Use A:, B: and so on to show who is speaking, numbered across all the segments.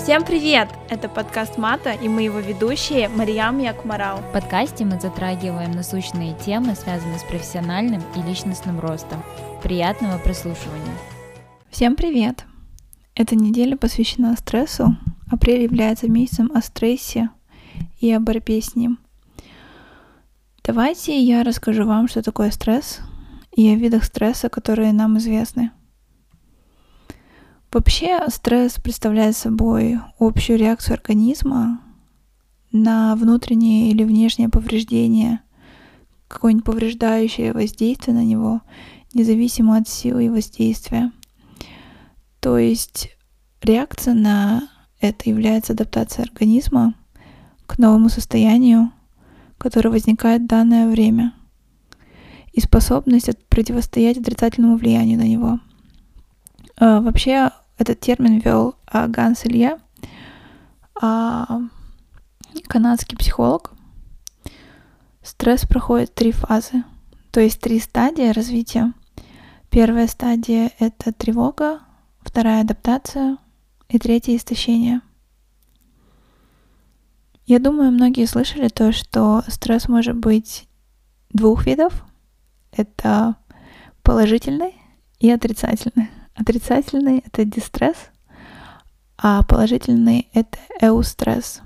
A: Всем привет! Это подкаст Мата, и мы его ведущие Мариам и Акмарал.
B: В подкасте мы затрагиваем насущные темы, связанные с профессиональным и личностным ростом. Приятного прослушивания!
C: Всем привет! Эта неделя посвящена стрессу. Апрель является месяцем о стрессе и о борьбе с ним. Давайте я расскажу вам, что такое стресс, и о видах стресса, которые нам известны. Вообще, стресс представляет собой общую реакцию организма на внутреннее или внешнее повреждение, какое-нибудь повреждающее воздействие на него, независимо от силы и воздействия. То есть реакция на это является адаптацией организма к новому состоянию, которое возникает в данное время, и способность противостоять отрицательному влиянию на него. Вообще, этот термин ввел Ганс Илье, канадский психолог. Стресс проходит 3 фазы, то есть 3 стадии развития. Первая стадия — это тревога, вторая — адаптация и третья — истощение. Я думаю, многие слышали то, что стресс может быть 2 видов. Это положительный и отрицательный. Отрицательный — это дистресс, а положительный — это эустресс.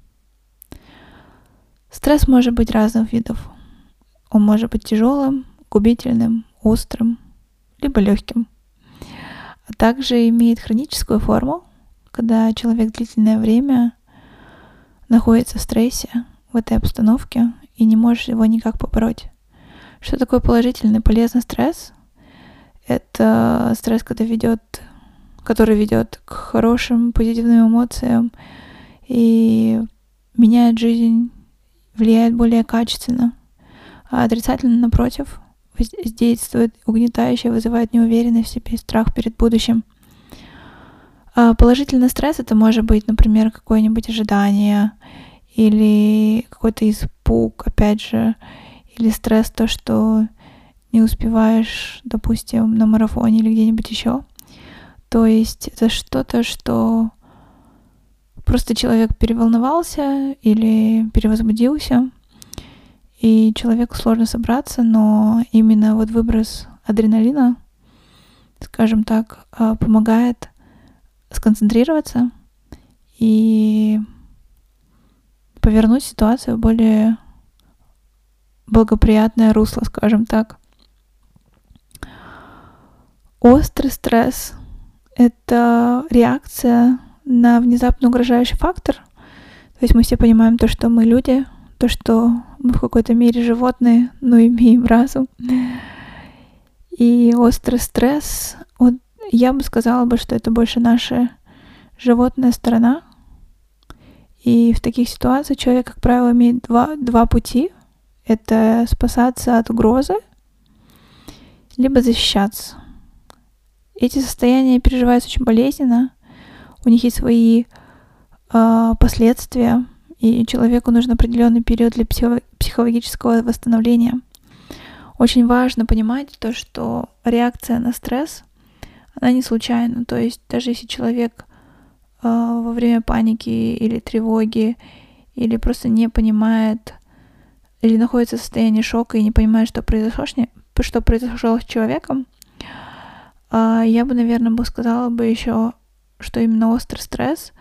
C: Стресс может быть разных видов. Он может быть тяжелым, губительным, острым, либо легким. А также имеет хроническую форму, когда человек длительное время находится в стрессе, в этой обстановке, и не может его никак побороть. Что такое положительный, полезный стресс? Это стресс, который ведет к хорошим, позитивным эмоциям и меняет жизнь, влияет более качественно. А отрицательный, напротив, воздействует угнетающе, вызывает неуверенность в себе, страх перед будущим. А положительный стресс — это может быть, например, какое-нибудь ожидание или какой-то испуг, опять же, или стресс, то, что не успеваешь, допустим, на марафоне или где-нибудь еще. То есть это что-то, что просто человек переволновался или перевозбудился, и человеку сложно собраться, но именно вот выброс адреналина, скажем так, помогает сконцентрироваться и повернуть ситуацию в более благоприятное русло, скажем так. Острый стресс — это реакция на внезапно угрожающий фактор. То есть мы все понимаем то, что мы люди, то, что мы в какой-то мере животные, но имеем разум. И острый стресс, вот я бы сказала, что это больше наша животная сторона. И в таких ситуациях человек, как правило, имеет два пути. Это спасаться от угрозы, либо защищаться. Эти состояния переживаются очень болезненно, у них есть свои последствия, и человеку нужен определенный период для психологического восстановления. Очень важно понимать то, что реакция на стресс, она не случайна. То есть даже если человек во время паники или тревоги, или просто не понимает, или находится в состоянии шока и не понимает, что произошло с человеком, я бы, наверное, сказала еще, что именно острый стресс,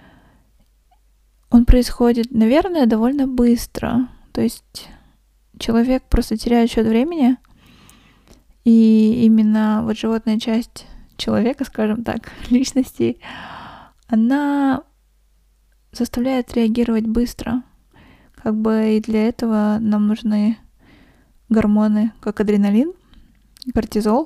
C: он происходит, наверное, довольно быстро. То есть человек просто теряет счет времени, и именно вот животная часть человека, скажем так, личности, она заставляет реагировать быстро. Как бы и для этого нам нужны гормоны, как адреналин, кортизол.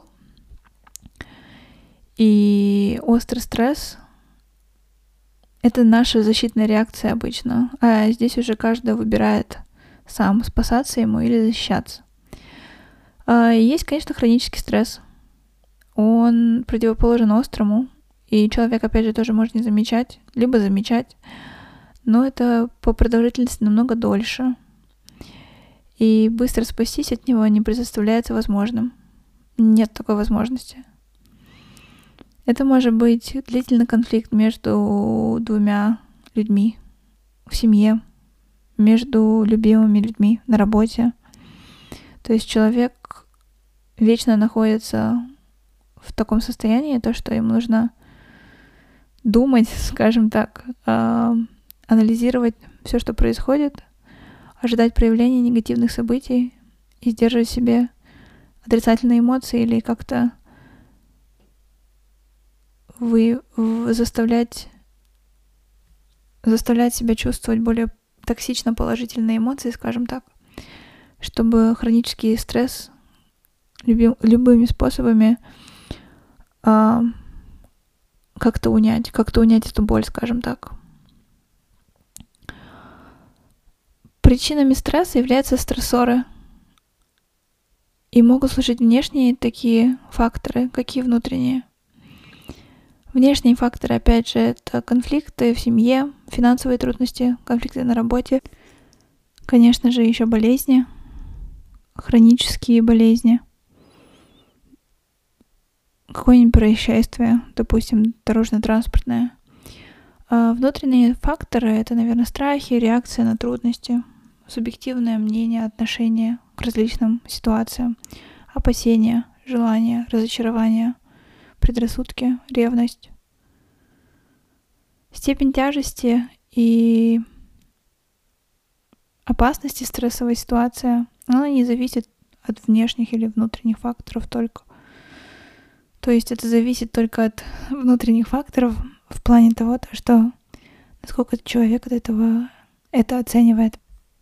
C: И острый стресс — это наша защитная реакция обычно. А здесь уже каждый выбирает сам, спасаться ему или защищаться. Есть, конечно, хронический стресс. Он противоположен острому. И человек, опять же, тоже может не замечать, либо замечать. Но это по продолжительности намного дольше. И быстро спастись от него не представляется возможным. Нет такой возможности. Это может быть длительный конфликт между двумя людьми в семье, между любимыми людьми на работе. То есть человек вечно находится в таком состоянии, то, что ему нужно думать, скажем так, анализировать все, что происходит, ожидать проявления негативных событий и сдерживать в себе отрицательные эмоции или как-то заставлять себя чувствовать более токсично положительные эмоции, скажем так, чтобы хронический стресс любыми способами как-то унять эту боль, скажем так. Причинами стресса являются стрессоры. И могут служить внешние такие факторы, как и внутренние. Внешние факторы, опять же, это конфликты в семье, финансовые трудности, конфликты на работе. Конечно же, еще болезни, хронические болезни. Какое-нибудь происшествие, допустим, дорожно-транспортное. А внутренние факторы — это, наверное, страхи, реакция на трудности, субъективное мнение, отношение к различным ситуациям, опасения, желания, разочарования, предрассудки, ревность. Степень тяжести и опасности стрессовой ситуации, она не зависит от внешних или внутренних факторов только. То есть это зависит только от внутренних факторов в плане того, что насколько человек от этого это оценивает.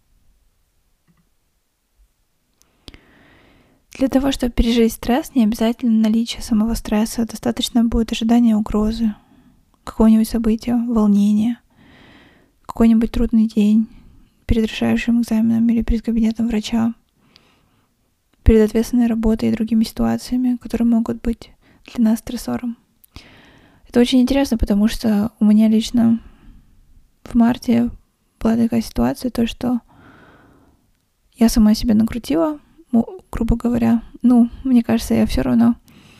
C: Для того, чтобы пережить стресс, не обязательно наличие самого стресса. Достаточно будет ожидания угрозы, какого-нибудь события, волнения, какой-нибудь трудный день перед решающим экзаменом или перед кабинетом врача, перед ответственной работой и другими ситуациями, которые могут быть для нас стрессором. Это очень интересно, потому что у меня лично в марте была такая ситуация, то, что я сама себя накрутила, грубо говоря. Мне кажется, я все равно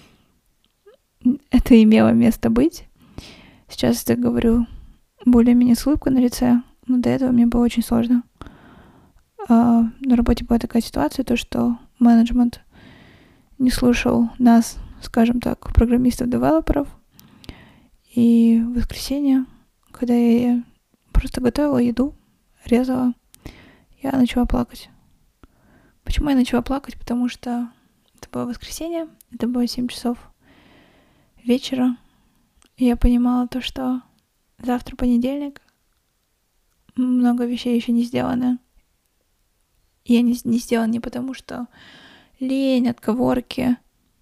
C: это имело место быть. Сейчас я говорю более-менее с улыбкой на лице, но до этого мне было очень сложно. На работе была такая ситуация, то, что менеджмент не слушал нас, скажем так, программистов-девелоперов. И в воскресенье, когда я просто готовила еду, резала, я начала плакать. Почему я начала плакать? Потому что это было воскресенье, это было 7 часов вечера. И я понимала то, что завтра понедельник, много вещей еще не сделаны. И я не сделала не потому, что лень, отговорки.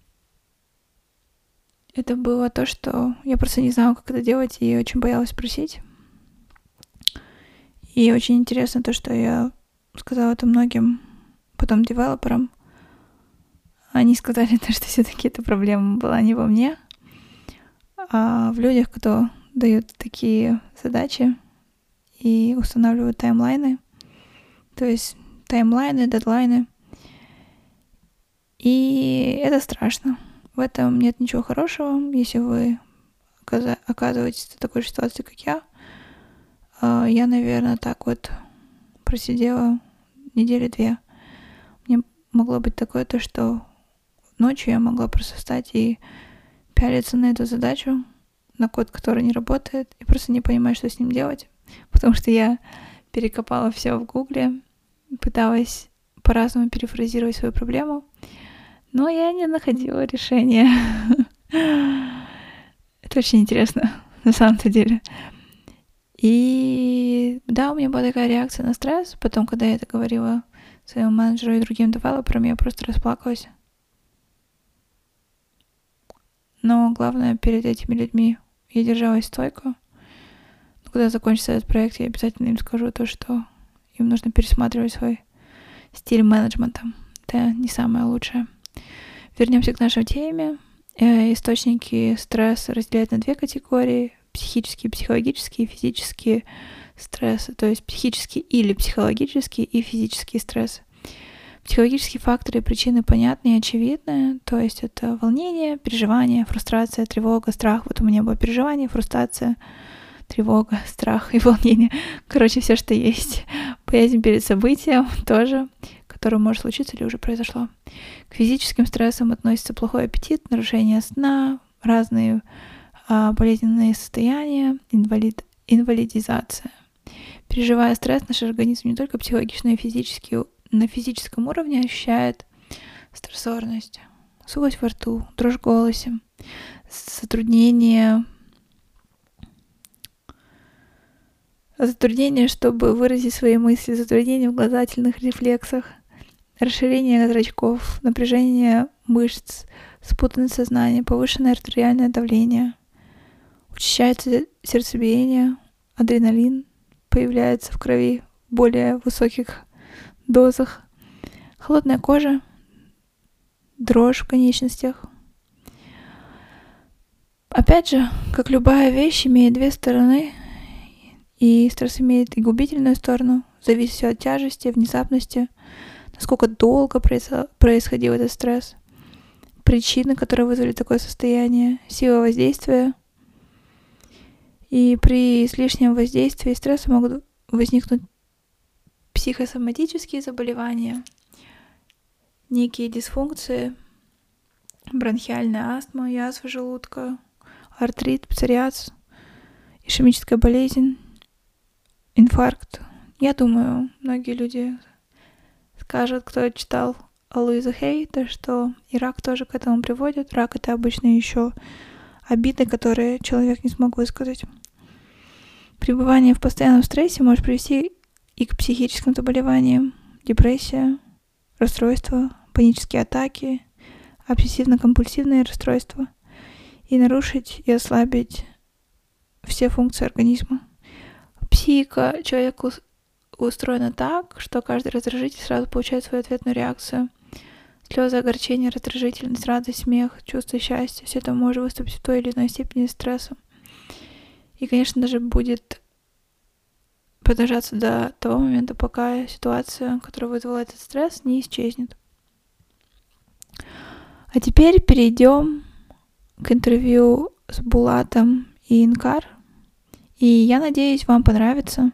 C: Это было то, что я просто не знала, как это делать, и очень боялась спросить. И очень интересно то, что я сказала это многим потом девелоперам. Они сказали, что все-таки эта проблема была не во мне, а в людях, кто дают такие задачи и устанавливают таймлайны. То есть таймлайны, дедлайны. И это страшно. В этом нет ничего хорошего, если вы оказываетесь в такой ситуации, как я. Я, наверное, так вот просидела 2 недели. Мне могло быть такое, то, что ночью я могла просто встать и пялиться на эту задачу, на код, который не работает, и просто не понимать, что с ним делать. Потому что я перекопала все в Гугле, пыталась по-разному перефразировать свою проблему, но я не находила решения. Это очень интересно, на самом-то деле. И да, у меня была такая реакция на стресс. Потом, когда я это говорила своему менеджеру и другим девелоперам, я просто расплакалась. Но главное, перед этими людьми я держалась стойко. Но когда закончится этот проект, я обязательно им скажу то, что им нужно пересматривать свой стиль менеджмента. Это не самое лучшее. Вернемся к нашей теме. Источники стресса разделяют на 2 категории. Психические, психологические и физические стрессы. То есть психические или психологические и физические стрессы. Психологические факторы и причины понятны и очевидны, то есть это волнение, переживание, фрустрация, тревога, страх. Вот у меня было переживание, фрустрация, тревога, страх и волнение. Короче, все, что есть. Боязнь перед событием тоже, которое может случиться или уже произошло. К физическим стрессам относится плохой аппетит, нарушение сна, разные болезненные состояния, инвалидизация. Переживая стресс, наш организм не только психологически, но и физически на физическом уровне ощущает стрессорность, сухость во рту, дрожь в голосе, затруднение, чтобы выразить свои мысли, затруднение в глазательных рефлексах, расширение зрачков, напряжение мышц, спутанность сознания, повышенное артериальное давление, учащается сердцебиение, адреналин появляется в крови в более высоких дозах, холодная кожа, дрожь в конечностях. Опять же, как любая вещь, имеет две стороны, и стресс имеет и губительную сторону, зависит все от тяжести, внезапности, насколько долго происходил этот стресс, причины, которые вызвали такое состояние, сила воздействия. И при излишнем воздействии стресса могут возникнуть психосоматические заболевания, некие дисфункции, бронхиальная астма, язва желудка, артрит, псориаз, ишемическая болезнь, инфаркт. Я думаю, многие люди скажут, кто читал Луизу Хей, то что и рак тоже к этому приводит. Рак — это обычно еще обиды, которые человек не смог высказать. Пребывание в постоянном стрессе может привести и к психическим заболеваниям, депрессия, расстройства, панические атаки, обсессивно-компульсивные расстройства и нарушить и ослабить все функции организма. Психика человека устроена так, что каждый раздражитель сразу получает свою ответную реакцию. Слезы, огорчение, раздражительность, радость, смех, чувство счастья — все это может выступить в той или иной степени стрессом. И, конечно, даже будет продолжаться до того момента, пока ситуация, которая вызвала этот стресс, не исчезнет. А теперь перейдем к интервью с Булатом и Инкар. И я надеюсь, вам понравится.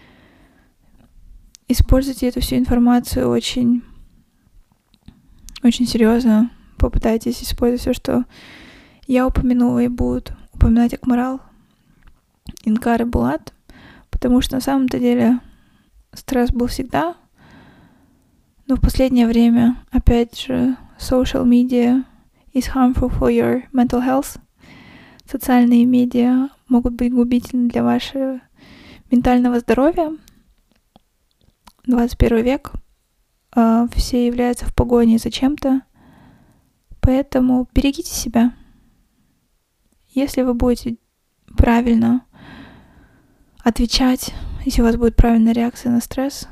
C: Используйте эту всю информацию очень серьезно. Попытайтесь использовать все, что я упомянула, и будут упоминать Акмарал, Инкар и Булат. Потому что на самом-то деле стресс был всегда. Но в последнее время, опять же, social media is harmful for your mental health. Социальные медиа могут быть губительны для вашего ментального здоровья. 21 век. Все являются в погоне за чем-то. Поэтому берегите себя. Если вы будете правильно отвечать, если у вас будет правильная реакция на стресс,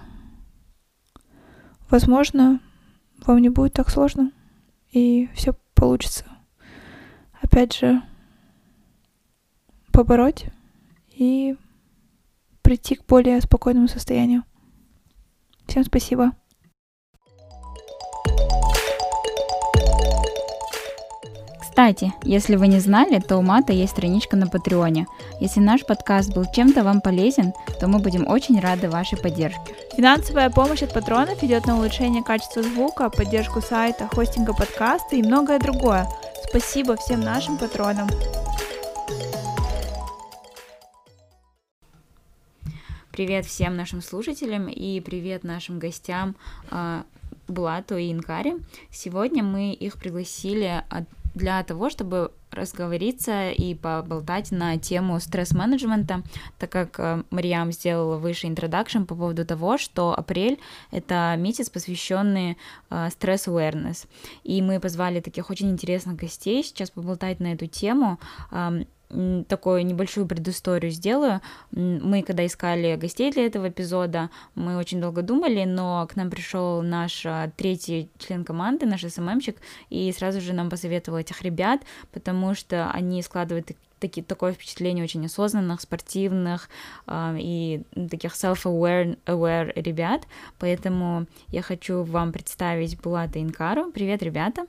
C: возможно, вам не будет так сложно, и все получится. Опять же, побороть и прийти к более спокойному состоянию. Всем спасибо.
B: Кстати, если вы не знали, то у Мата есть страничка на Патреоне. Если наш подкаст был чем-то вам полезен, то мы будем очень рады вашей поддержке.
A: Финансовая помощь от патронов идет на улучшение качества звука, поддержку сайта, хостинга подкаста и многое другое. Спасибо всем нашим патронам.
B: Привет всем нашим слушателям и привет нашим гостям Булату и Инкаре. Сегодня мы их пригласили для того, чтобы разговориться и поболтать на тему стресс-менеджмента, так как Марьям сделала выше интродакшн по поводу того, что апрель — это месяц, посвященный стресс-awareness. И мы позвали таких очень интересных гостей сейчас поболтать на эту тему. Такую небольшую предысторию сделаю. Мы, когда искали гостей для этого эпизода, мы очень долго думали, но к нам пришел наш третий член команды, наш СММщик, и сразу же нам посоветовал этих ребят, потому что они складывают такое впечатление очень осознанных, спортивных и таких self-aware ребят, поэтому я хочу вам представить Булата и Инкару. Привет, ребята!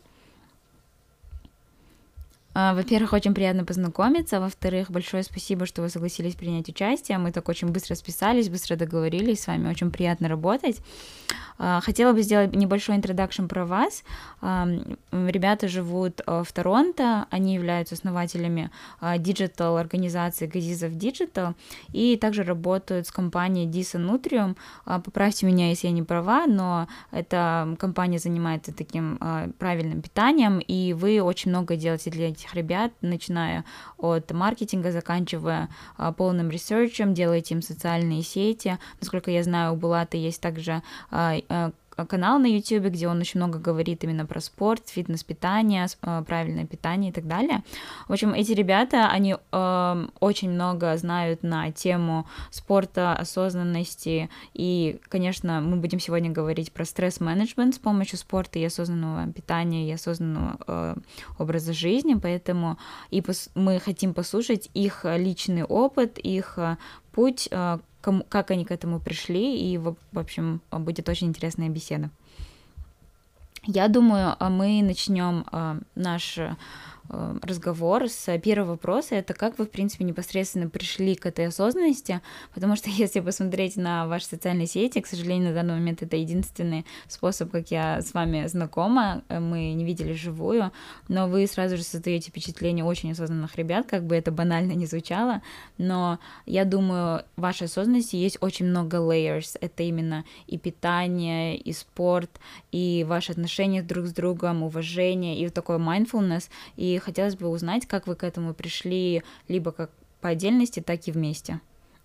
B: Во-первых, очень приятно познакомиться, во-вторых, большое спасибо, что вы согласились принять участие, мы так очень быстро списались, быстро договорились, с вами очень приятно работать. Хотела бы сделать небольшой интродакшн про вас. Ребята живут в Торонто, они являются основателями диджитал-организации Газизов Digital и также работают с компанией Disa Nutrium. Поправьте меня, если я не права, но эта компания занимается таким правильным питанием, и вы очень много делаете для этих ребят, начиная от маркетинга, заканчивая полным ресерчем, делаете им социальные сети. Насколько я знаю, у Булата есть также канал на YouTube, где он очень много говорит именно про спорт, фитнес-питание, правильное питание и так далее. В общем, эти ребята, они очень много знают на тему спорта, осознанности, и, конечно, мы будем сегодня говорить про стресс-менеджмент с помощью спорта и осознанного питания, и осознанного образа жизни, поэтому мы хотим послушать их личный опыт, их путь, как они к этому пришли, и, в общем, будет очень интересная беседа. Я думаю, мы начнем наш разговор с первого вопроса. Это как вы, в принципе, непосредственно пришли к этой осознанности, потому что если посмотреть на ваши социальные сети, к сожалению, на данный момент это единственный способ, как я с вами знакома, мы не видели вживую, но вы сразу же создаете впечатление очень осознанных ребят, как бы это банально ни звучало, но я думаю, в вашей осознанности есть очень много layers, это именно и питание, и спорт, и ваши отношения друг с другом, уважение, и такой mindfulness, и хотелось бы узнать, как вы к этому пришли, либо как по отдельности, так и вместе.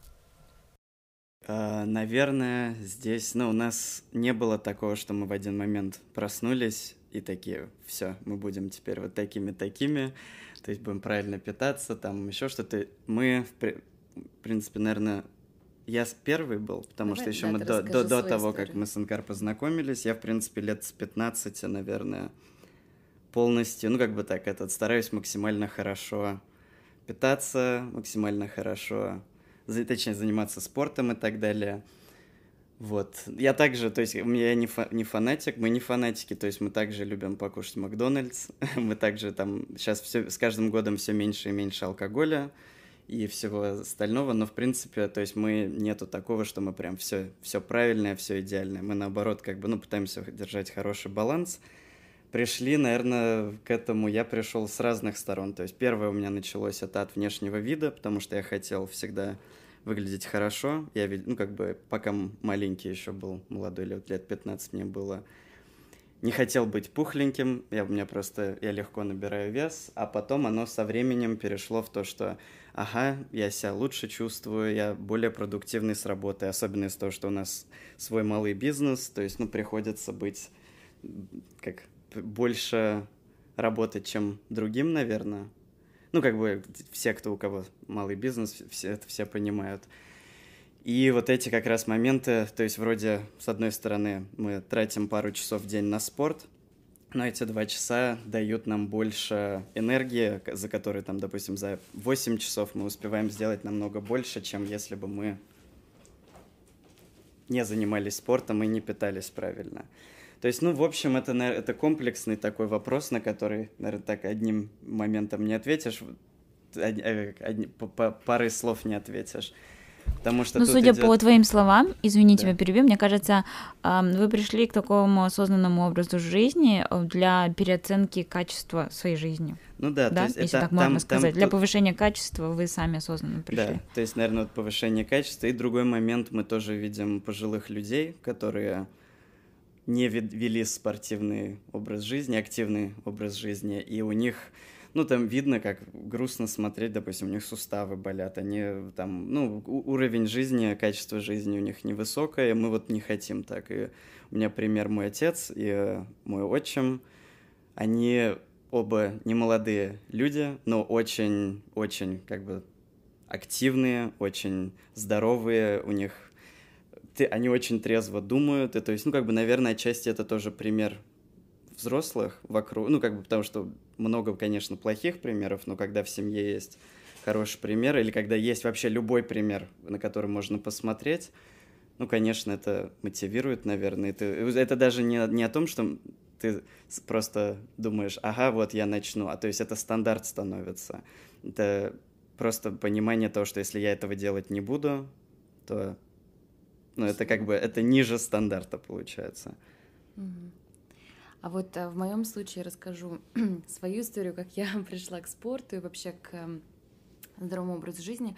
D: Наверное, здесь, у нас не было такого, что мы в один момент проснулись и такие, все, мы будем теперь вот такими-такими, то есть будем правильно питаться, там еще что-то. Мы, в принципе, наверное, я первый был, потому что еще мы до того, как мы с Инкар познакомились, я, в принципе, лет с 15, наверное, полностью, стараюсь максимально хорошо питаться, максимально хорошо, точнее, заниматься спортом и так далее. Вот. Я также, то есть, я не фанатик, мы не фанатики, то есть, мы также любим покушать Макдональдс, мы также там, сейчас с каждым годом все меньше и меньше алкоголя и всего остального, но, в принципе, то есть, нету такого, что мы прям все правильное, все идеальное, мы, наоборот, пытаемся держать хороший баланс. Пришли, наверное, к этому я пришел с разных сторон. То есть первое у меня началось это от внешнего вида, потому что я хотел всегда выглядеть хорошо. Я, пока маленький еще был, молодой, лет 15 мне было, не хотел быть пухленьким, я легко набираю вес, а потом оно со временем перешло в то, что я себя лучше чувствую, я более продуктивный с работы, особенно из-за того, что у нас свой малый бизнес, то есть, приходится быть больше работать, чем другим, наверное. Все, у кого малый бизнес, все понимают. И вот эти как раз моменты, то есть вроде, с одной стороны, мы тратим пару часов в день на спорт, но эти 2 часа дают нам больше энергии, за которые, допустим, за 8 часов мы успеваем сделать намного больше, чем если бы мы не занимались спортом и не питались правильно. То есть, в общем, это комплексный такой вопрос, на который, наверное, так одним моментом не ответишь, парой слов не ответишь. Потому что
B: судя по твоим словам, извини, тебя перебью, мне кажется, вы пришли к такому осознанному образу жизни для переоценки качества своей жизни.
D: Да? То есть
B: если так можно сказать. Для повышения качества вы сами осознанно пришли.
D: Да, то есть, наверное, повышение качества. И другой момент, мы тоже видим пожилых людей, которые не вели спортивный образ жизни, активный образ жизни, и у них, там видно, как грустно смотреть, допустим, у них суставы болят, они уровень жизни, качество жизни у них невысокое, мы не хотим так. И у меня пример мой отец и мой отчим, они оба немолодые люди, но очень-очень активные, очень здоровые, у них они очень трезво думают, и, то есть, наверное, отчасти это тоже пример взрослых вокруг, потому что много, конечно, плохих примеров, но когда в семье есть хороший пример, или когда есть вообще любой пример, на который можно посмотреть, ну, конечно, это мотивирует, наверное. Это даже не о том, что ты просто думаешь, ага, вот я начну, а то есть это стандарт становится. Это просто понимание того, что если я этого делать не буду, то, ну, это как бы, это ниже стандарта получается.
E: А вот в моем случае расскажу свою историю, как я пришла к спорту и вообще к здоровому образу жизни.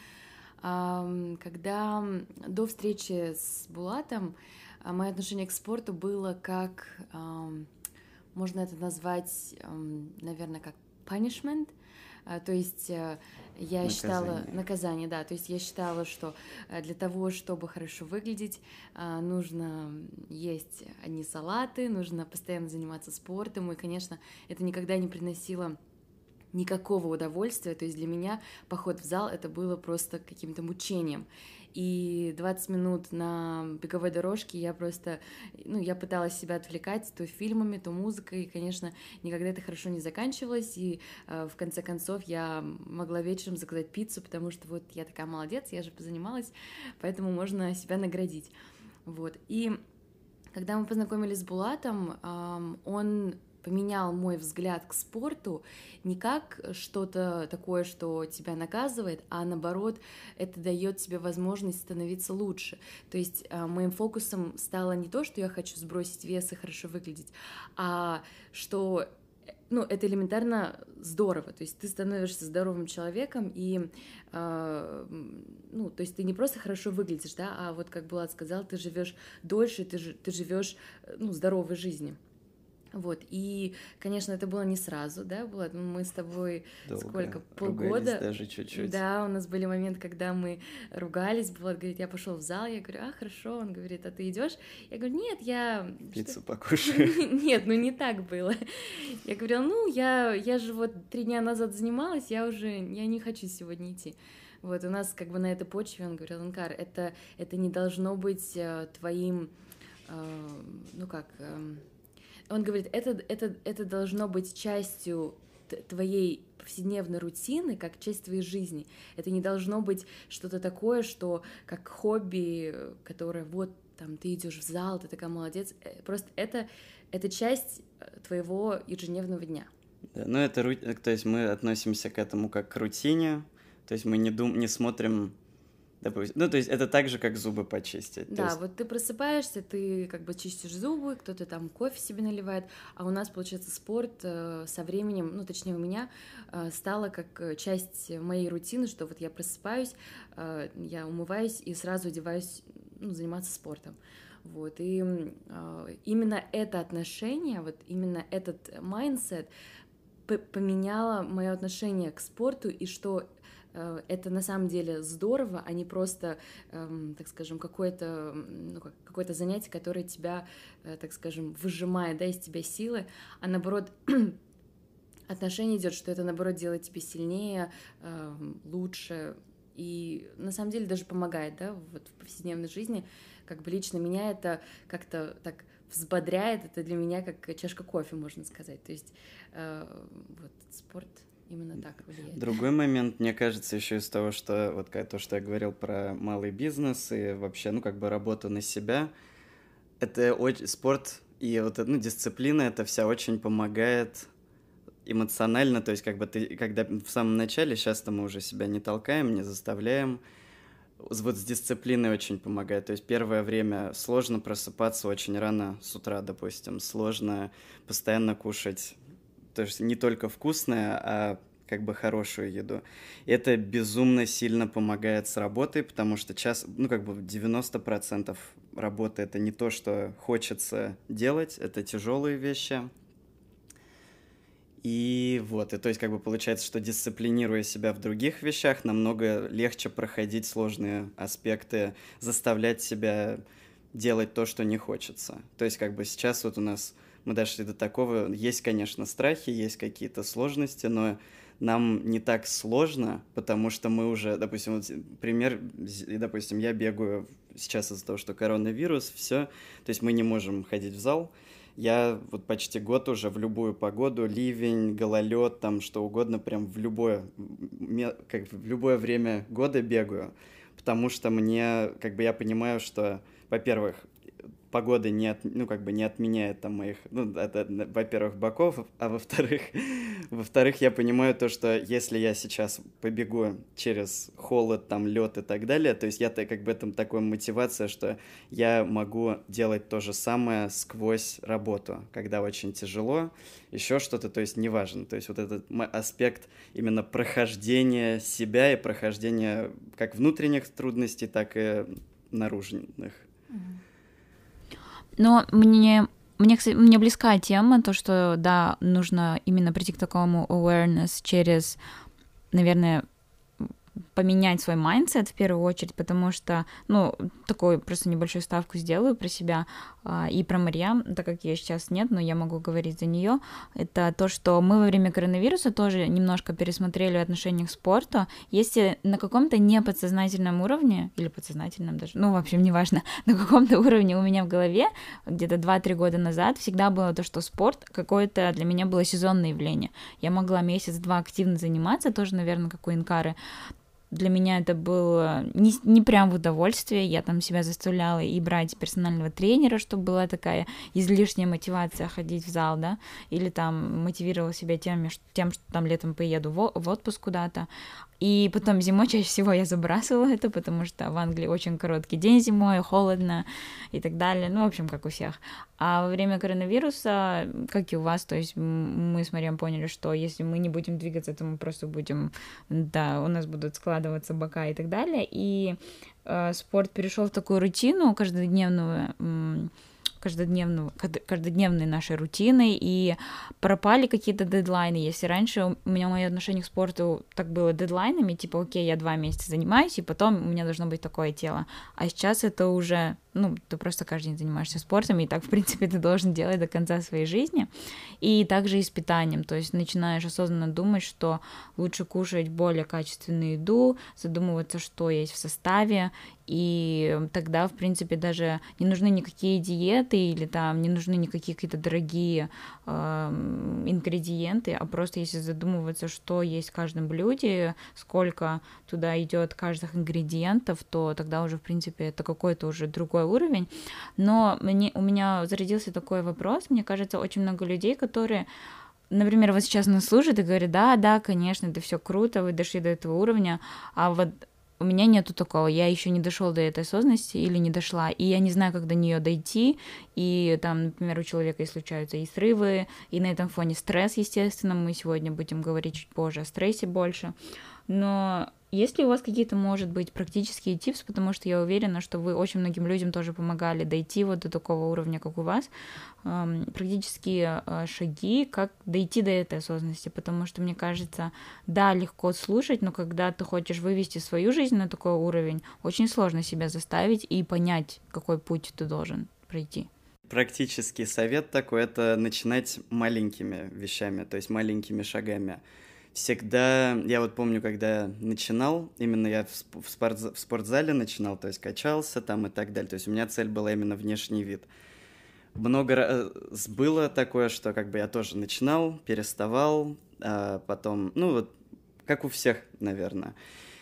E: Когда до встречи с Булатом мое отношение к спорту было как, можно это назвать, наверное, как punishment, то есть я считала... Наказание, да. То есть я считала, что для того, чтобы хорошо выглядеть, нужно есть одни салаты, нужно постоянно заниматься спортом, и, конечно, это никогда не приносило никакого удовольствия, то есть для меня поход в зал это было просто каким-то мучением. И 20 минут на беговой дорожке я просто, я пыталась себя отвлекать то фильмами, то музыкой, и, конечно, никогда это хорошо не заканчивалось, и в конце концов я могла вечером заказать пиццу, потому что вот я такая молодец, я же позанималась, поэтому можно себя наградить. Вот. И когда мы познакомились с Булатом, он поменял мой взгляд к спорту не как что-то такое, что тебя наказывает, а наоборот, это дает тебе возможность становиться лучше. То есть моим фокусом стало не то, что я хочу сбросить вес и хорошо выглядеть, а что это элементарно здорово, то есть ты становишься здоровым человеком, и, то есть ты не просто хорошо выглядишь, да, а вот, как Булат сказал, ты живешь дольше, ты живешь, здоровой жизнью. Вот, и, конечно, это было не сразу, да, Булат, мы с тобой
D: долго
E: полгода,
D: даже чуть-чуть.
E: Да, у нас были моменты, когда мы ругались, Булат говорит, я пошел в зал, я говорю, хорошо, он говорит, а ты идешь? Я говорю, нет, я...
D: Пиццу покушаю.
E: Нет, не так было. Я говорила, я же вот 3 дня назад занималась, я не хочу сегодня идти. Вот, у нас как бы на этой почве, он говорил, Инкар, это не должно быть твоим, он говорит, это должно быть частью твоей повседневной рутины, как часть твоей жизни. Это не должно быть что-то такое, что как хобби, которое вот там ты идешь в зал, ты такая молодец. Просто это часть твоего ежедневного дня.
D: Да, то есть мы относимся к этому как к рутине, то есть мы не смотрим... Допустим. То есть это так же, как зубы почистить.
E: Да, вот ты просыпаешься, ты как бы чистишь зубы, кто-то там кофе себе наливает, а у нас, получается, спорт со временем, точнее у меня, стало как часть моей рутины, что вот я просыпаюсь, я умываюсь и сразу одеваюсь заниматься спортом. Вот, и именно это отношение, вот именно этот майндсет поменяло мое отношение к спорту, и что это на самом деле здорово, а не просто, так скажем, какое-то занятие, которое тебя, так скажем, выжимает, да, из тебя силы, а наоборот отношение идет, что это наоборот делает тебя сильнее, лучше, и на самом деле даже помогает, да, вот в повседневной жизни, как бы лично меня это как-то так взбодряет, это для меня как чашка кофе, можно сказать, то есть вот спорт именно так влияет.
D: Другой момент, мне кажется, еще из того, что вот то, что я говорил про малый бизнес и вообще, работу на себя, это спорт и дисциплина, это вся очень помогает эмоционально, то есть ты, когда в самом начале, сейчас-то мы уже себя не толкаем, не заставляем, вот с дисциплиной очень помогает, то есть первое время сложно просыпаться очень рано с утра, допустим, сложно постоянно кушать, то есть не только вкусное, а хорошую еду. И это безумно сильно помогает с работой, потому что 90% работы — это не то, что хочется делать, это тяжелые вещи. И то есть получается, что дисциплинируя себя в других вещах, намного легче проходить сложные аспекты, заставлять себя делать то, что не хочется. То есть сейчас вот у нас мы дошли до такого, есть, конечно, страхи, есть какие-то сложности, но нам не так сложно, потому что мы уже, допустим, пример, я бегаю сейчас из-за того, что коронавирус, все, то есть мы не можем ходить в зал, я вот почти год уже в любую погоду, ливень, гололед, там что угодно, прям в любое время года бегаю, потому что мне, как бы я понимаю, что, во-первых, погода не отменяет там моих, это, во-первых, боков, а во-вторых, я понимаю то, что если я сейчас побегу через холод, там, лед и так далее, то есть я как бы это такая мотивация, что я могу делать то же самое сквозь работу, когда очень тяжело, еще что-то, то есть неважно, то есть вот этот аспект именно прохождения себя и прохождения как внутренних трудностей, так и наружных.
B: Но мне близка тема, то, что, да, нужно именно прийти к такому awareness через, наверное, поменять свой майндсет в первую очередь, потому что, такую просто небольшую ставку сделаю про себя и про Марьям, так как ее сейчас нет, но я могу говорить за нее. Это то, что мы во время коронавируса тоже немножко пересмотрели отношение к спорту. Если на каком-то неподсознательном уровне, или подсознательном даже, в общем, неважно, на каком-то уровне у меня в голове где-то 2-3 года назад всегда было то, что спорт какое-то для меня было сезонное явление. Я могла месяц-два активно заниматься, тоже, наверное, как у Инкары. Для меня это было не прям в удовольствие, я там себя заставляла и брать персонального тренера, чтобы была такая излишняя мотивация ходить в зал, да, или там мотивировала себя тем, что там летом поеду в отпуск куда-то. И потом зимой чаще всего я забрасывала это, потому что в Англии очень короткий день зимой, холодно и так далее, в общем, как у всех. А во время коронавируса, как и у вас, то есть мы с Марием поняли, что если мы не будем двигаться, то мы просто будем, да, у нас будут складываться бока и так далее, и спорт перешел в такую рутину каждодневной нашей рутины, и пропали какие-то дедлайны. Если раньше у меня мое отношение к спорту так было дедлайнами, типа, окей, я 2 месяца занимаюсь, и потом у меня должно быть такое тело. А сейчас это уже, ты просто каждый день занимаешься спортом, и так, в принципе, ты должен делать до конца своей жизни. И также и с питанием, то есть начинаешь осознанно думать, что лучше кушать более качественную еду, задумываться, что есть в составе, и тогда, в принципе, даже не нужны никакие диеты или там не нужны никакие какие-то дорогие ингредиенты, а просто если задумываться, что есть в каждом блюде, сколько туда идет каждых ингредиентов, то тогда уже, в принципе, это какой-то уже другой уровень. Но у меня зародился такой вопрос, мне кажется, очень много людей, которые, например, вот сейчас нас слушают и говорят, да, конечно, это все круто, вы дошли до этого уровня, а вот у меня нету такого, я еще не дошел до этой осознанности или не дошла, и я не знаю, как до нее дойти, и там, например, у человека и случаются и срывы, и на этом фоне стресс, естественно, мы сегодня будем говорить чуть позже о стрессе больше, но есть ли у вас какие-то, может быть, практические типсы, потому что я уверена, что вы очень многим людям тоже помогали дойти вот до такого уровня, как у вас, практические шаги, как дойти до этой осознанности, потому что, мне кажется, да, легко слушать, но когда ты хочешь вывести свою жизнь на такой уровень, очень сложно себя заставить и понять, какой путь ты должен пройти.
D: Практический совет такой — это начинать маленькими вещами, то есть маленькими шагами. Всегда, я вот помню, когда начинал, именно я в спортзале начинал, то есть качался там и так далее, то есть у меня цель была именно внешний вид. Много раз было такое, что как бы я тоже начинал, переставал, потом, вот как у всех, наверное.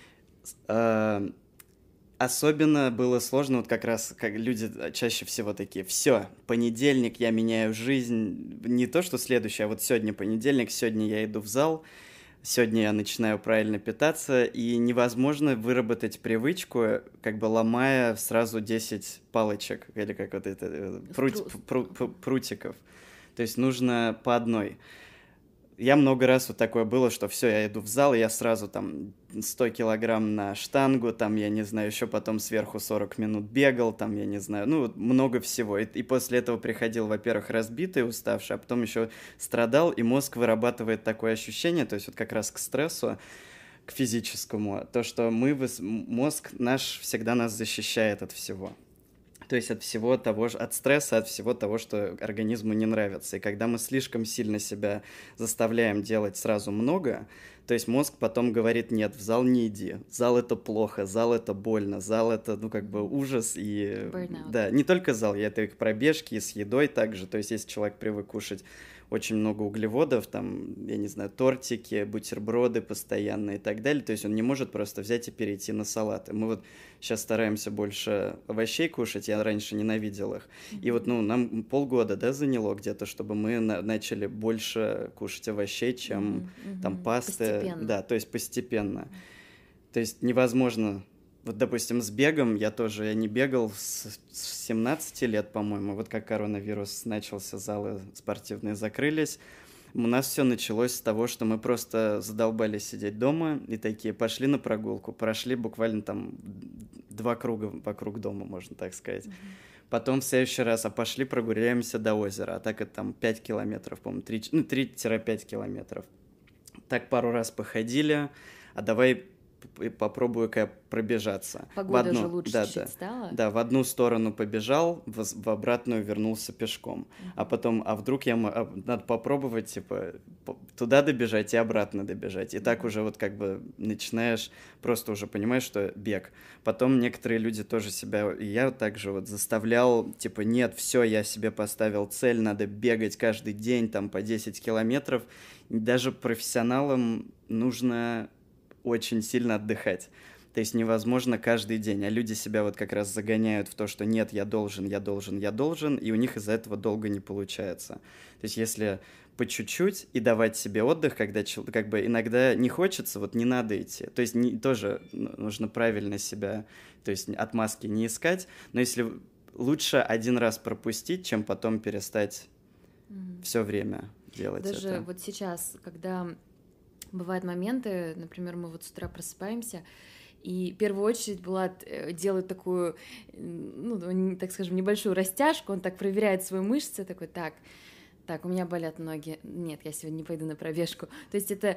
D: Особенно было сложно, вот как раз, как люди чаще всего такие: все, понедельник, я меняю жизнь, не то, что следующий, а вот сегодня понедельник, сегодня я иду в зал, сегодня я начинаю правильно питаться, и невозможно выработать привычку, как бы ломая сразу 10 палочек, или как вот это, прутиков, то есть нужно по одной. Я много раз вот такое было, что все, я иду в зал, и я сразу там 100 килограмм на штангу, там, я не знаю, еще потом сверху 40 минут бегал, там, я не знаю, вот много всего. И после этого приходил, во-первых, разбитый, уставший, а потом еще страдал, и мозг вырабатывает такое ощущение, то есть вот как раз к стрессу, к физическому, то, что мозг наш всегда нас защищает от всего. То есть от всего того, от стресса, от всего того, что организму не нравится. И когда мы слишком сильно себя заставляем делать сразу много, То есть мозг потом говорит: нет, в зал не иди, зал это плохо, зал это больно, зал это, ну, как бы ужас. И
E: Burnout.
D: да, не только зал, это и пробежки, и с едой также. То есть если человек привык кушать очень много углеводов, там, я не знаю, тортики, бутерброды постоянно и так далее, то есть он не может просто взять и перейти на салаты. Мы вот сейчас стараемся больше овощей кушать, я раньше ненавидел их. И вот, ну, нам полгода, да, заняло где-то, чтобы мы начали больше кушать овощей, чем там пасты.
E: Постепенно.
D: Да, то есть постепенно. То есть невозможно. Вот, допустим, с бегом я не бегал с 17 лет, по-моему. Вот как коронавирус начался, залы спортивные закрылись. У нас все началось с того, что мы просто задолбались сидеть дома и такие пошли на прогулку. Прошли буквально там 2 круга вокруг дома, можно так сказать. Потом в следующий раз, пошли прогуляемся до озера. А так это там 5 километров, по-моему, 3-5 километров. Так пару раз походили, а давай попробую-ка пробежаться.
E: Погода же лучше чуть-чуть стала.
D: Да, в одну сторону побежал, в обратную вернулся пешком. А потом, вдруг надо попробовать, типа, туда добежать и обратно добежать. И так уже вот как бы начинаешь, просто уже понимаешь, что бег. Потом некоторые люди тоже себя, и я также вот заставлял, типа, нет, все, я себе поставил цель, надо бегать каждый день, там, по 10 километров. Даже профессионалам нужно очень сильно отдыхать. То есть невозможно каждый день. А люди себя вот как раз загоняют в то, что нет, я должен, и у них из-за этого долго не получается. То есть если по чуть-чуть и давать себе отдых, когда как бы иногда не хочется, вот не надо идти. То есть тоже нужно правильно себя, то есть отмазки не искать, но если лучше один раз пропустить, чем потом перестать все время делать это.
E: Даже вот сейчас, когда бывают моменты, например, мы вот с утра просыпаемся, и в первую очередь Булат делает такую, ну, так скажем, небольшую растяжку, он так проверяет свои мышцы, такой, так, у меня болят ноги, нет, я сегодня не пойду на пробежку. То есть это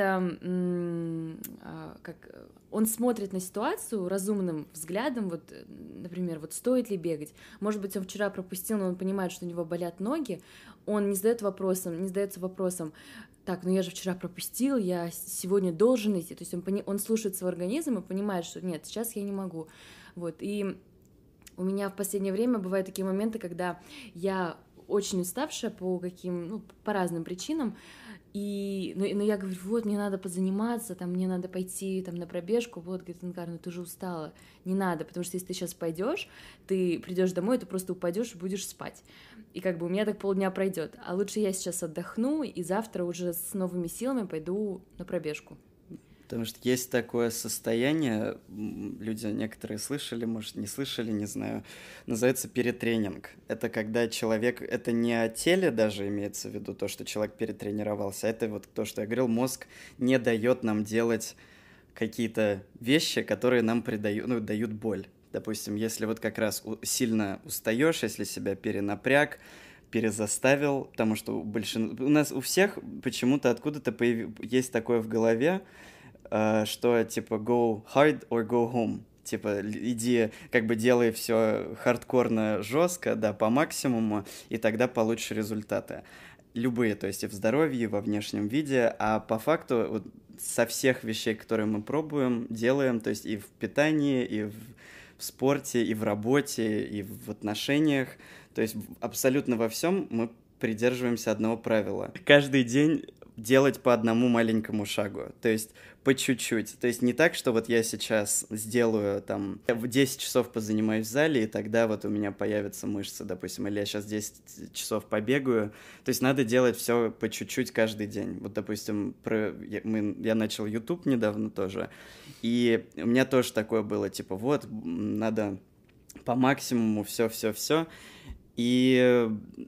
E: как он смотрит на ситуацию разумным взглядом, вот, например, вот стоит ли бегать. Может быть, он вчера пропустил, но он понимает, что у него болят ноги, он не задается вопросом, так, ну я же вчера пропустил, я сегодня должен идти. То есть он слушает свой организм и понимает, что нет, сейчас я не могу. Вот, и у меня в последнее время бывают такие моменты, когда я очень уставшая по разным причинам, но я говорю, вот, мне надо позаниматься, там, мне надо пойти там, на пробежку, вот, говорит, Инкар, ну ты же устала, не надо, потому что если ты сейчас пойдешь, ты придешь домой, ты просто упадешь и будешь спать, и как бы у меня так полдня пройдет, а лучше я сейчас отдохну, и завтра уже с новыми силами пойду на пробежку.
D: Потому что есть такое состояние, люди некоторые слышали, может, не слышали, не знаю, называется перетренинг. Это когда человек, это не о теле даже имеется в виду, то, что человек перетренировался, это вот то, что я говорил, мозг не дает нам делать какие-то вещи, которые нам дают боль. Допустим, если вот как раз сильно устаешь, если себя перенапряг, перезаставил, потому что у нас у всех почему-то откуда-то есть такое в голове, что типа go hard or go home. Типа иди, как бы делай все хардкорно, жестко, да, по максимуму, и тогда получишь результаты. Любые, то есть и в здоровье, и во внешнем виде, а по факту вот, со всех вещей, которые мы пробуем, делаем, то есть и в питании, и в спорте, и в работе, и в отношениях, то есть абсолютно во всем мы придерживаемся одного правила. Каждый день делать по одному маленькому шагу, то есть по чуть-чуть. То есть не так, что вот я сейчас сделаю там в 10 часов позанимаюсь в зале, и тогда вот у меня появятся мышцы, допустим, или я сейчас 10 часов побегаю. То есть надо делать все по чуть-чуть каждый день. Вот, допустим, я начал YouTube недавно тоже, и у меня тоже такое было, типа, вот, надо по максимуму все. И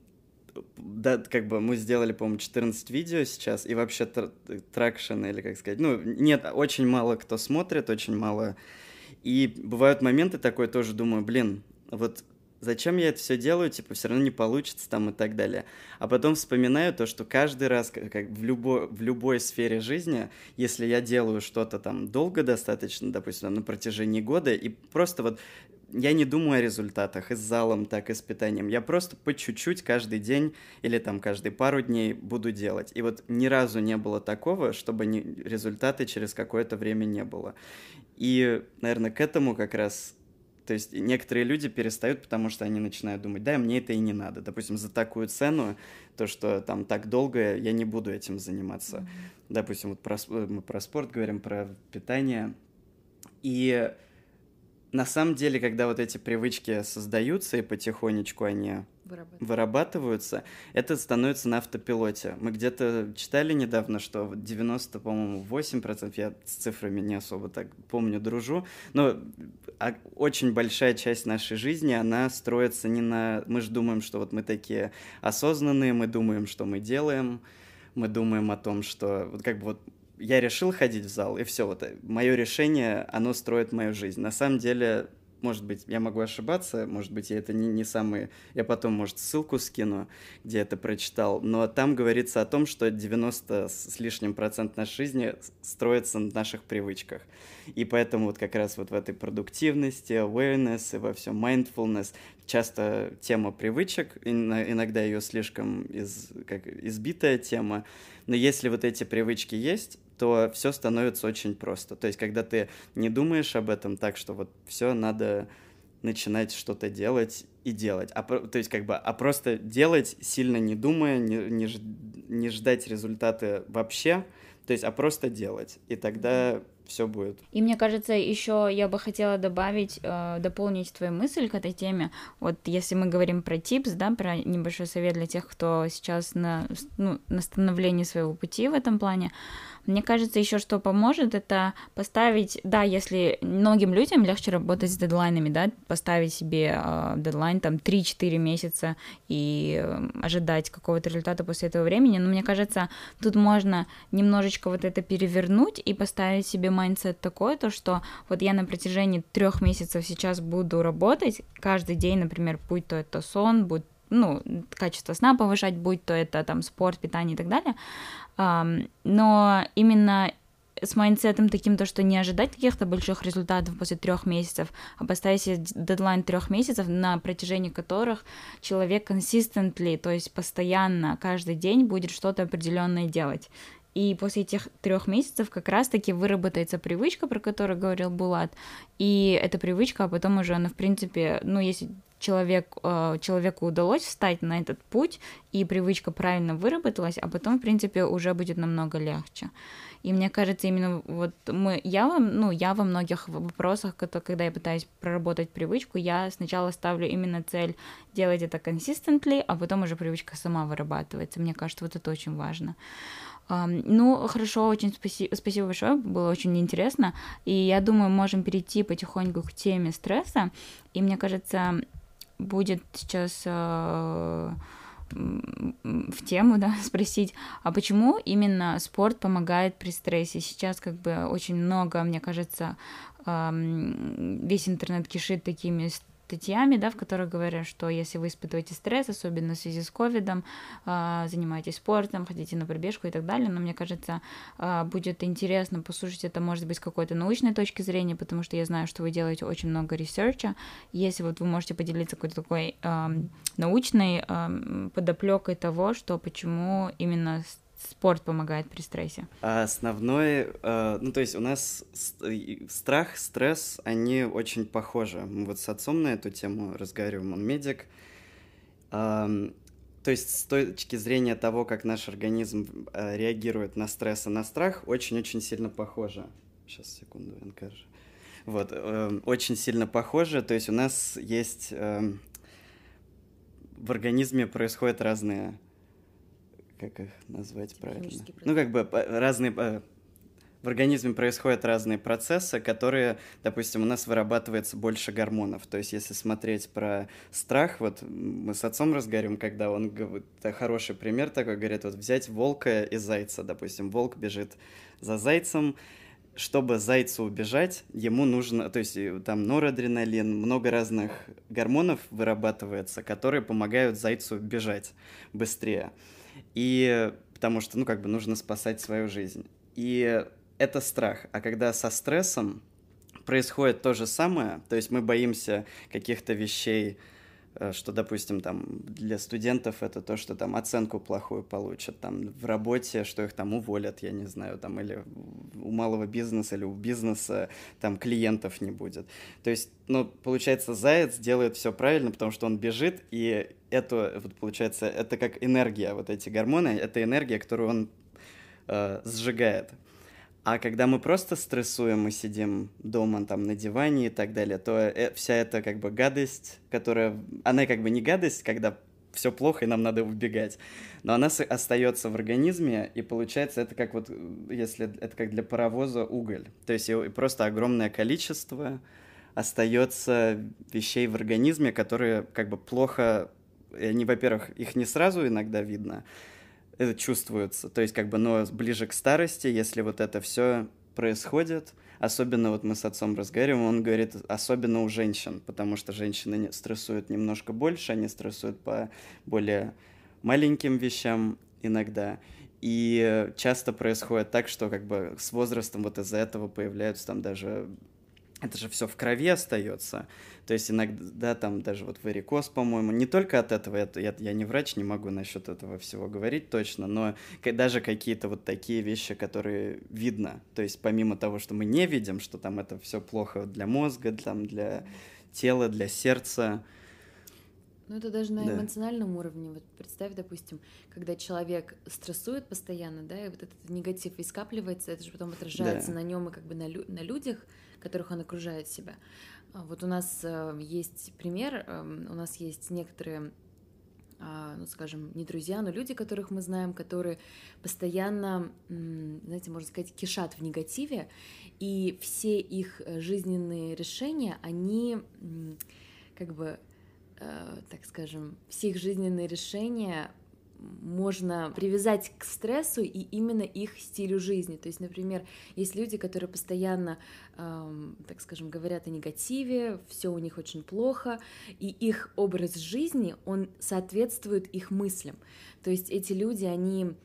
D: да, как бы мы сделали, по-моему, 14 видео сейчас, и вообще тракшн, или как сказать, нет, очень мало кто смотрит, очень мало, и бывают моменты такой, тоже думаю, вот зачем я это все делаю, типа, все равно не получится там и так далее, а потом вспоминаю то, что каждый раз, как в любой сфере жизни, если я делаю что-то там долго достаточно, допустим, на протяжении года, и просто вот я не думаю о результатах и с залом, так и с питанием. Я просто по чуть-чуть каждый день или там каждые пару дней буду делать. И вот ни разу не было такого, чтобы результаты через какое-то время не было. И, наверное, к этому как раз... То есть некоторые люди перестают, потому что они начинают думать, да, мне это и не надо. Допустим, за такую цену, то, что там так долго, я не буду этим заниматься. Mm-hmm. Допустим, вот мы про спорт говорим, про питание. И на самом деле, когда вот эти привычки создаются и потихонечку они вырабатываются, это становится на автопилоте. Мы где-то читали недавно, что 90, по-моему, 8%, я с цифрами не особо так помню, дружу, но очень большая часть нашей жизни, она строится не на... Мы же думаем, что вот мы такие осознанные, мы думаем, что мы делаем, мы думаем о том, что вот как бы вот я решил ходить в зал, и все, вот мое решение, оно строит мою жизнь. На самом деле, может быть, я могу ошибаться, может быть, я это не самый... Я потом, может, ссылку скину, где это прочитал, но там говорится о том, что 90 с лишним процент нашей жизни строится на наших привычках. И поэтому вот как раз вот в этой продуктивности, awareness и во всем mindfulness часто тема привычек, иногда ее слишком избитая тема, но если вот эти привычки есть, то все становится очень просто. То есть, когда ты не думаешь об этом так, что вот все надо начинать что-то делать и делать, то есть как бы, просто делать, сильно не думая, не ждать результаты вообще, то есть, просто делать, и тогда все будет.
B: И мне кажется, еще я бы хотела добавить, дополнить твою мысль к этой теме. Вот если мы говорим про типс, да, про небольшой совет для тех, кто сейчас на становлении своего пути в этом плане, мне кажется, еще что поможет, это поставить, да, если многим людям легче работать с дедлайнами, да, поставить себе дедлайн там 3-4 месяца и ожидать какого-то результата после этого времени, но мне кажется, тут можно немножечко вот это перевернуть и поставить себе майндсет такой, то что вот я на протяжении 3 месяцев сейчас буду работать каждый день, например, будь то это сон, будь качество сна повышать, будь то это там спорт, питание и так далее, но именно с майндсетом таким, то, что не ожидать каких-то больших результатов после 3 месяцев, а поставить себе дедлайн 3 месяцев, на протяжении которых человек consistently, то есть постоянно, каждый день будет что-то определенное делать. И после этих 3 месяцев как раз-таки выработается привычка, про которую говорил Булат, и эта привычка, а потом уже она, в принципе, если человеку удалось встать на этот путь, и привычка правильно выработалась, а потом, в принципе, уже будет намного легче. И мне кажется, именно вот я во многих вопросах, когда я пытаюсь проработать привычку, я сначала ставлю именно цель делать это consistently, а потом уже привычка сама вырабатывается. Мне кажется, вот это очень важно. Хорошо, очень спасибо большое, было очень интересно, и я думаю, можем перейти потихоньку к теме стресса, и мне кажется, будет сейчас в тему, да, спросить, а почему именно спорт помогает при стрессе? Сейчас как бы очень много, мне кажется, весь интернет кишит такими статьями, да, в которых говорят, что если вы испытываете стресс, особенно в связи с ковидом, занимаетесь спортом, ходите на пробежку и так далее, но мне кажется, будет интересно послушать это, может быть, с какой-то научной точки зрения, потому что я знаю, что вы делаете очень много ресерча. Если вот вы можете поделиться какой-то такой научной подоплекой того, что почему именно спорт помогает при стрессе?
D: Основной, то есть у нас страх, стресс, они очень похожи. Мы вот с отцом на эту тему разговариваем, он медик. То есть с точки зрения того, как наш организм реагирует на стресс и на страх, очень-очень сильно похоже. Сейчас, секунду, Энкар. Вот, очень сильно похоже. То есть у нас есть... в организме происходят разные... Как их назвать правильно? Разные... В организме происходят разные процессы, которые, допустим, у нас вырабатывается больше гормонов. То есть, если смотреть про страх, вот мы с отцом разговариваем, когда он говорит, это хороший пример такой, говорит, вот взять волка и зайца, допустим, волк бежит за зайцем, чтобы зайцу убежать, ему нужно, то есть там норадреналин, много разных гормонов вырабатывается, которые помогают зайцу бежать быстрее. И потому что, нужно спасать свою жизнь. И это страх. А когда со стрессом происходит то же самое, то есть мы боимся каких-то вещей, что, допустим, там для студентов это то, что там оценку плохую получат, там в работе, что их там уволят, я не знаю, там или у малого бизнеса или у бизнеса там клиентов не будет. То есть, ну, получается, заяц делает все правильно, потому что он бежит, и это, вот, получается, это как энергия, вот эти гормоны, это энергия, которую он сжигает. А когда мы просто стрессуем, мы сидим дома там на диване и так далее, то вся эта как бы гадость, которая... Она как бы не гадость, когда все плохо и нам надо убегать, но она остается в организме, и получается это как вот, если это как для паровоза уголь. То есть просто огромное количество остается вещей в организме, которые как бы плохо... Они, во-первых, их не сразу иногда видно, это чувствуется, то есть как бы, но ближе к старости, если вот это все происходит, особенно вот мы с отцом разговариваем, он говорит, особенно у женщин, потому что женщины стрессуют немножко больше, они стрессуют по более маленьким вещам иногда, и часто происходит так, что как бы с возрастом вот из-за этого появляются там даже... Это же все в крови остается. То есть иногда там даже вот варикоз, по-моему, не только от этого, я не врач, не могу насчет этого всего говорить точно, но даже какие-то вот такие вещи, которые видно. То есть помимо того, что мы не видим, что там это все плохо для мозга, там, для тела, для сердца.
E: Ну, это даже на эмоциональном уровне. Вот представь, допустим, когда человек стрессует постоянно, да, и вот этот негатив и скапливается, это же потом отражается на нем и как бы на людях, которых он окружает себя. Вот у нас есть пример, у нас есть некоторые, ну, скажем, не друзья, но люди, которых мы знаем, которые постоянно, знаете, можно сказать, кишат в негативе, и все их жизненные решения, они как бы, так скажем, все их жизненные решения можно привязать к стрессу и именно их стилю жизни. То есть, например, есть люди, которые постоянно, так скажем, говорят о негативе, все у них очень плохо, и их образ жизни, он соответствует их мыслям. То есть эти люди, они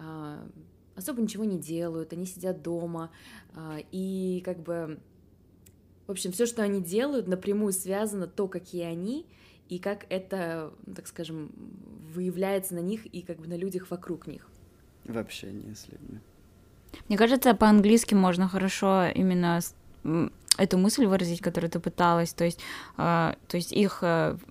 E: особо ничего не делают, они сидят дома, и как бы, в общем, все, что они делают, напрямую связано то, какие они, и как это, так скажем, выявляется на них и как бы на людях вокруг них.
D: В общении с людьми.
B: Мне кажется, по-английски можно хорошо именно эту мысль выразить, которую ты пыталась, то есть их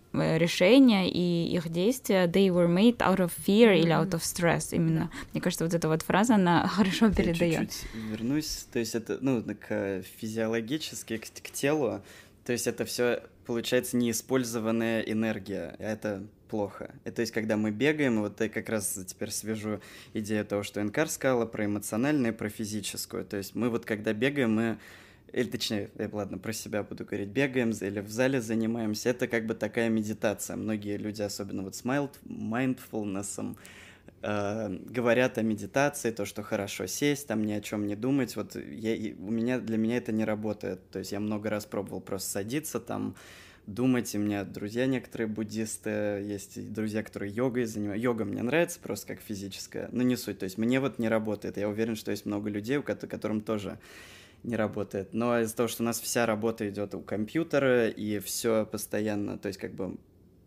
B: решения и их действия, they were made out of fear или out of stress, именно. Мне кажется, вот эта вот фраза, она хорошо передает.
D: Чуть-чуть вернусь, то есть это, ну, физиологически, к телу, то есть это все получается неиспользованная энергия, это плохо. И то есть, когда мы бегаем, вот я как раз теперь свяжу идею того, что Инкар сказала про эмоциональное и про физическую. То есть мы вот когда бегаем, мы, или точнее, ладно, про себя буду говорить, бегаем или в зале занимаемся, это как бы такая медитация. Многие люди, особенно вот с mindfulness, говорят о медитации, то, что хорошо сесть, там ни о чем не думать. Вот для меня это не работает. То есть я много раз пробовал просто садиться там, думать. У меня друзья некоторые буддисты, есть друзья, которые йогой занимаются. Йога мне нравится просто как физическая, но не суть. То есть мне вот не работает. Я уверен, что есть много людей, которым тоже не работает. Но из-за того, что у нас вся работа идет у компьютера, и все постоянно, то есть как бы,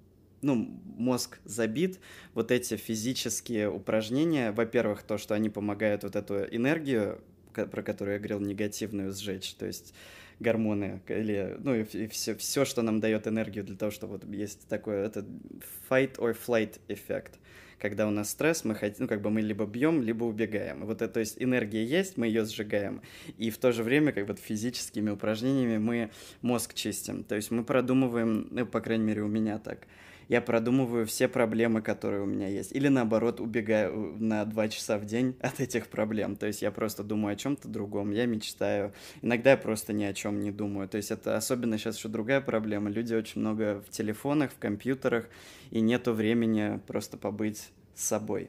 D: ну, мозг забит, вот эти физические упражнения, во-первых, то, что они помогают вот эту энергию, про которую я говорил, негативную сжечь, то есть гормоны, или, ну, и все, что нам дает энергию для того, чтобы вот есть такой, это fight or flight эффект. Когда у нас стресс, мы хотим, ну, как бы мы либо бьем, либо убегаем. Вот это, то есть энергия есть, мы ее сжигаем. И в то же время, как вот физическими упражнениями мы мозг чистим. То есть мы продумываем, ну, по крайней мере, у меня так, я продумываю все проблемы, которые у меня есть. Или, наоборот, убегаю на 2 часа в день от этих проблем. То есть я просто думаю о чем-то другом, я мечтаю. Иногда я просто ни о чем не думаю. То есть это особенно сейчас еще другая проблема. Люди очень много в телефонах, в компьютерах, и нету времени просто побыть с собой.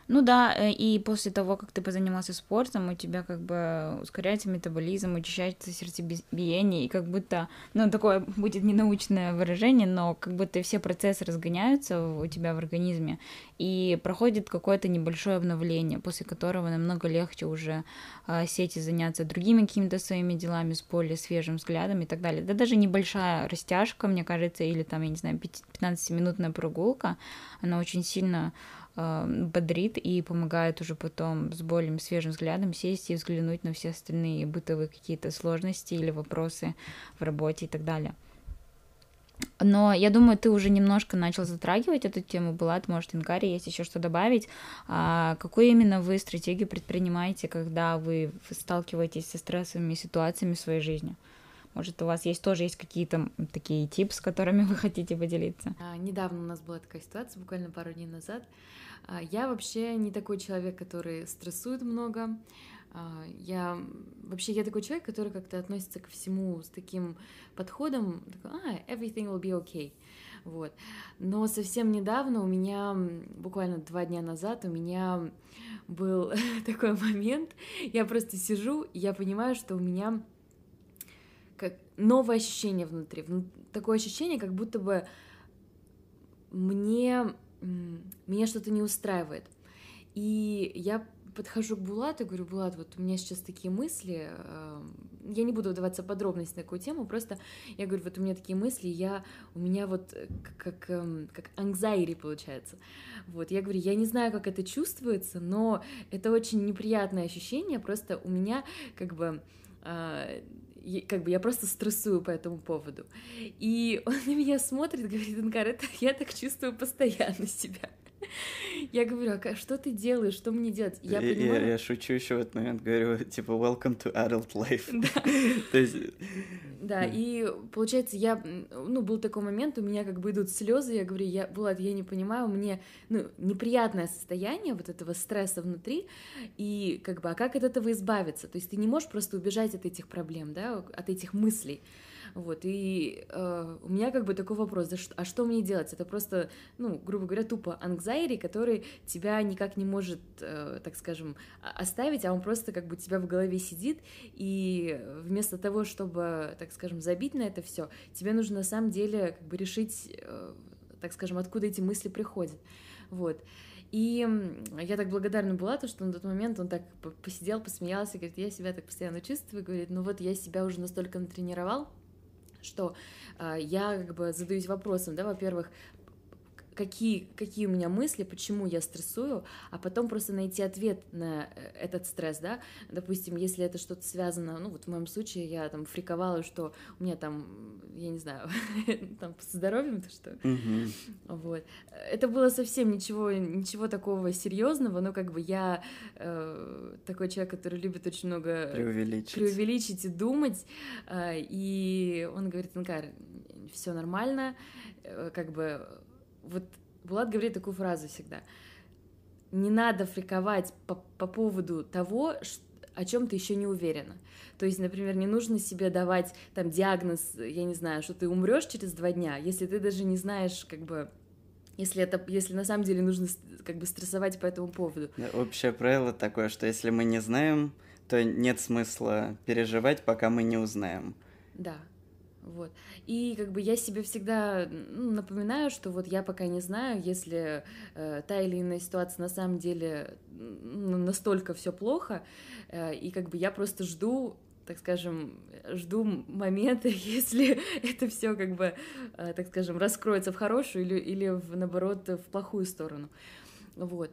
B: Ну да, и после того, как ты позанимался спортом, у тебя как бы ускоряется метаболизм, учащается сердцебиение, и как будто, ну, такое будет ненаучное выражение, но как будто все процессы разгоняются у тебя в организме, и проходит какое-то небольшое обновление, после которого намного легче уже сесть и заняться другими какими-то своими делами с более свежим взглядом и так далее. Да даже небольшая растяжка, мне кажется, или там, я не знаю, 15-минутная прогулка, она очень сильно бодрит и помогает уже потом с более свежим взглядом сесть и взглянуть на все остальные бытовые какие-то сложности или вопросы в работе и так далее. Но я думаю, ты уже немножко начал затрагивать эту тему, Булат, может, Инкаре есть еще что добавить. Какую именно вы стратегию предпринимаете, когда вы сталкиваетесь со стрессовыми ситуациями в своей жизни? Может, у вас тоже есть какие-то такие типсы, с которыми вы хотите поделиться?
E: Недавно у нас была такая ситуация, буквально пару дней назад. Я вообще не такой человек, который стрессует много. Я такой человек, который как-то относится ко всему с таким подходом, такой, everything will be okay. Вот. Но совсем недавно у меня, буквально 2 дня назад, у меня был такой момент, я просто сижу, и я понимаю, что у меня как новое ощущение внутри, такое ощущение, как будто бы меня что-то не устраивает. И я подхожу к Булату и говорю: Булат, вот у меня сейчас такие мысли, я не буду вдаваться в подробности на такую тему, просто я говорю, вот у меня такие мысли, у меня вот как anxiety получается. Вот, я говорю, я не знаю, как это чувствуется, но это очень неприятное ощущение, просто у меня я просто стрессую по этому поводу. И он на меня смотрит, говорит: Инкар, это я так чувствую постоянно себя. Я говорю: а что ты делаешь, что мне делать?
D: Я шучу еще в этот момент, говорю, типа, welcome to adult life.
E: Да, и получается, был такой момент, у меня как бы идут слезы, я говорю: Булат, я не понимаю, мне, неприятное состояние вот этого стресса внутри, и а как от этого избавиться? То есть ты не можешь просто убежать от этих проблем, да, от этих мыслей. Вот, и у меня такой вопрос: а что мне делать? Это просто, грубо говоря, тупо anxiety, который тебя никак не может, так скажем, оставить, а он просто у тебя в голове сидит, и вместо того, чтобы, так скажем, забить на это все, тебе нужно на самом деле решить, так скажем, откуда эти мысли приходят. Вот. И я так благодарна была, что на тот момент он так посидел, посмеялся, говорит: я себя так постоянно чувствую, говорит, я себя уже настолько натренировал, что я задаюсь вопросом, да, во-первых, какие у меня мысли, почему я стрессую, а потом просто найти ответ на этот стресс, да, допустим, если это что-то связано, в моем случае я там фриковала, что у меня там, я не знаю, там со здоровьем, то что, вот, это было совсем ничего такого серьезного, но я такой человек, который любит очень много преувеличить и думать, и он говорит: Инкар, все нормально, вот Булат говорит такую фразу всегда: не надо фриковать по поводу того, о чем ты еще не уверена. То есть, например, не нужно себе давать там диагноз, я не знаю, что ты умрешь через 2 дня, если ты даже не знаешь, если на самом деле нужно стрессовать по этому поводу.
D: Общее правило такое, что если мы не знаем, то нет смысла переживать, пока мы не узнаем.
E: Да. Вот. И я себе всегда напоминаю, что вот я пока не знаю, если та или иная ситуация на самом деле настолько все плохо, и я просто жду, так скажем, момента, если это все так скажем, раскроется в хорошую или наоборот в плохую сторону. Вот.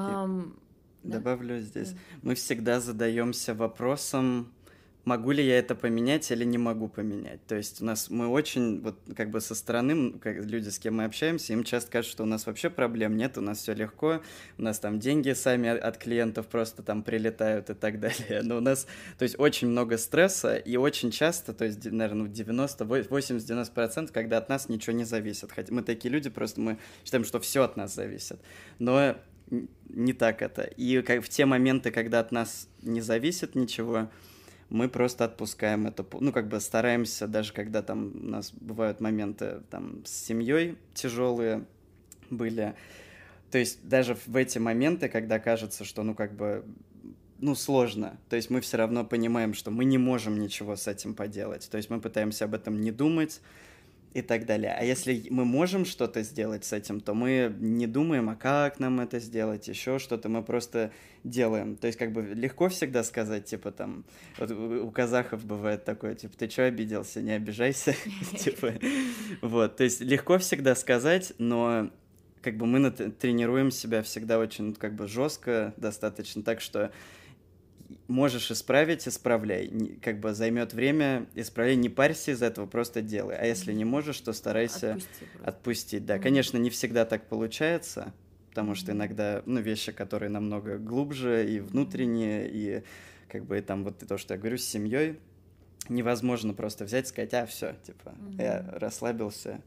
D: Добавлю здесь. Мы всегда задаемся вопросом: могу ли я это поменять или не могу поменять? То есть мы очень, со стороны, люди, с кем мы общаемся, им часто кажется, что у нас вообще проблем нет, у нас все легко, у нас там деньги сами от клиентов просто там прилетают и так далее. Но у нас, то есть, очень много стресса, и очень часто, то есть, наверное, 80-90%, когда от нас ничего не зависит. Хотя мы такие люди, просто мы считаем, что все от нас зависит. Но не так это. И в те моменты, когда от нас не зависит ничего, мы просто отпускаем это, стараемся, даже когда там у нас бывают моменты там с семьей тяжелые были, То есть даже в эти моменты, когда кажется, что, ну, как бы, ну, сложно, то есть мы все равно понимаем, что мы не можем ничего с этим поделать, то есть мы пытаемся об этом не думать и так далее. А если мы можем что-то сделать с этим, то мы не думаем, а как нам это сделать, еще что-то, мы просто делаем. То есть как бы легко всегда сказать, типа там, вот у казахов бывает такое, типа, ты что обиделся, не обижайся, типа, вот, то есть легко всегда сказать, но как бы мы тренируем себя всегда очень как бы жестко достаточно, так что можешь исправить, исправляй. Как бы займет время, исправляй, не парься из этого, просто делай. А если не можешь, то старайся отпустить. Да, конечно, не всегда так получается, потому что иногда, ну, вещи, которые намного глубже и внутренние, и как бы там вот то, что я говорю, с семьей, невозможно просто взять и сказать, а, все, типа, я расслабился.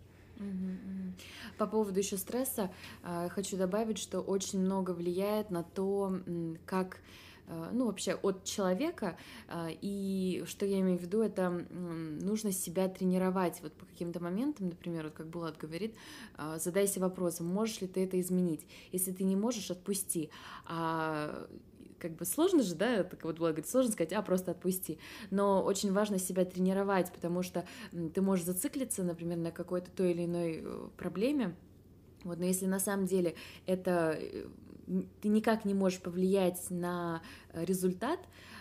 E: По поводу еще стресса, хочу добавить, что очень много влияет на то, как, ну, вообще от человека, и что я имею в виду, это нужно себя тренировать вот по каким-то моментам, например, вот как Булат говорит, задайся вопросом, можешь ли ты это изменить, если ты не можешь, отпусти, как бы сложно же, да, так вот Булат говорит, сложно сказать, просто отпусти, но очень важно себя тренировать, потому что ты можешь зациклиться, например, на какой-то той или иной проблеме, вот, но если на самом деле это ты никак не можешь повлиять на результат,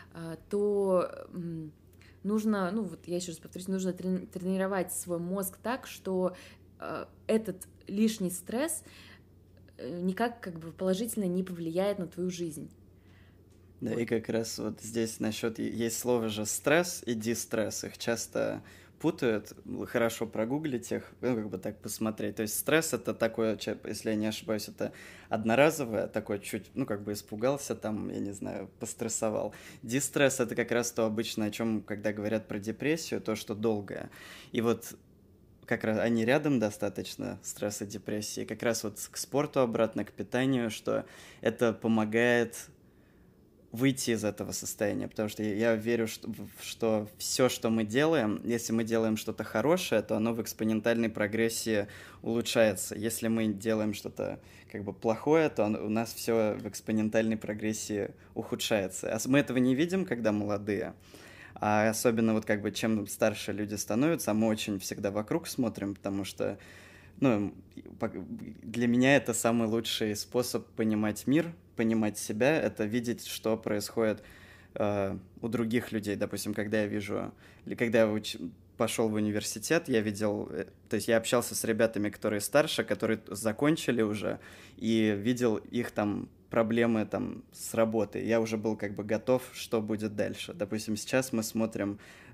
E: то нужно, ну вот я еще раз повторюсь, нужно тренировать свой мозг так, что этот лишний стресс никак как бы положительно не повлияет на твою жизнь.
D: Да, вот. И как раз вот здесь насчет есть слово же стресс и дистресс, их часто путают, хорошо прогуглить их, ну, как бы так посмотреть. То есть стресс — это такое, если я не ошибаюсь, это одноразовое, такое чуть, ну, как бы испугался там, я не знаю, пострессовал. Дистресс — это как раз то обычно, о чем, когда говорят про депрессию, то, что долгое. И вот как раз они рядом достаточно, стресс и депрессии, как раз вот к спорту обратно, к питанию, что это помогает выйти из этого состояния, потому что я верю, что все, что мы делаем, если мы делаем что-то хорошее, то оно в экспонентальной прогрессии улучшается. Если мы делаем что-то как бы плохое, то у нас все в экспонентальной прогрессии ухудшается. А мы этого не видим, когда молодые. А особенно вот как бы чем старше люди становятся, а мы очень всегда вокруг смотрим, потому что, ну, для меня это самый лучший способ понимать мир, понимать себя, это видеть, что происходит у других людей. Допустим, когда я вижу, или когда я пошел в университет, я видел, то есть я общался с ребятами, которые старше, которые закончили уже, и видел их там проблемы там с работой. Я уже был как бы готов, что будет дальше. Допустим, сейчас мы смотрим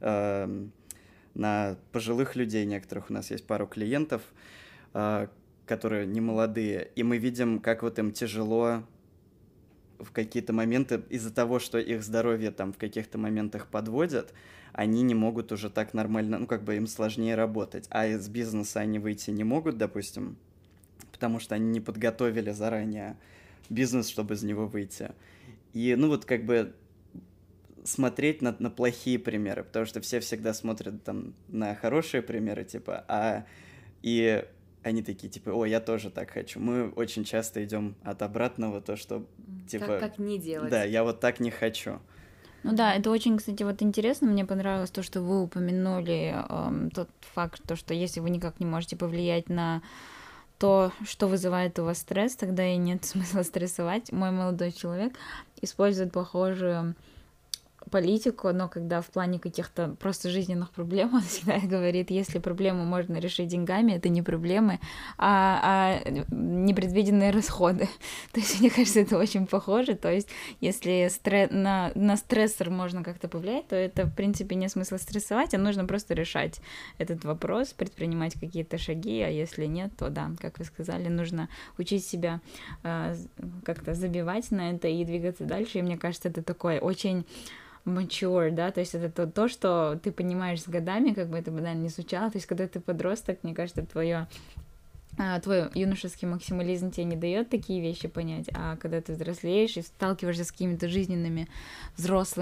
D: на пожилых людей некоторых, у нас есть пару клиентов, которые не молодые, и мы видим, как вот им тяжело в какие-то моменты, из-за того, что их здоровье там в каких-то моментах подводят, они не могут уже так нормально, ну, как бы им сложнее работать. А из бизнеса они выйти не могут, допустим, потому что они не подготовили заранее бизнес, чтобы из него выйти. И, ну, вот как бы смотреть на плохие примеры, потому что все всегда смотрят там на хорошие примеры, типа, и они такие, типа, о, я тоже так хочу. Мы очень часто идем от обратного, то, что, типа...
E: Как не делать.
D: Да, я вот так не хочу.
B: Ну да, это очень, кстати, вот интересно, мне понравилось то, что вы упомянули тот факт, то, что если вы никак не можете повлиять на то, что вызывает у вас стресс, тогда и нет смысла стрессовать. Мой молодой человек использует похожую политику, но когда в плане каких-то просто жизненных проблем, он всегда говорит, если проблему можно решить деньгами, это не проблемы, а непредвиденные расходы. То есть, мне кажется, это очень похоже. То есть, если на стрессор можно как-то повлиять, то это, в принципе, не смысл стрессовать, а нужно просто решать этот вопрос, предпринимать какие-то шаги, а если нет, то да, как вы сказали, нужно учить себя как-то забивать на это и двигаться дальше. И мне кажется, это такой очень mature, да, то есть это то, что ты понимаешь с годами, как бы это банально не звучало, то есть когда ты подросток, мне кажется, твой юношеский максимализм тебе не дает такие вещи понять, а когда ты взрослеешь и сталкиваешься с какими-то жизненными взрослыми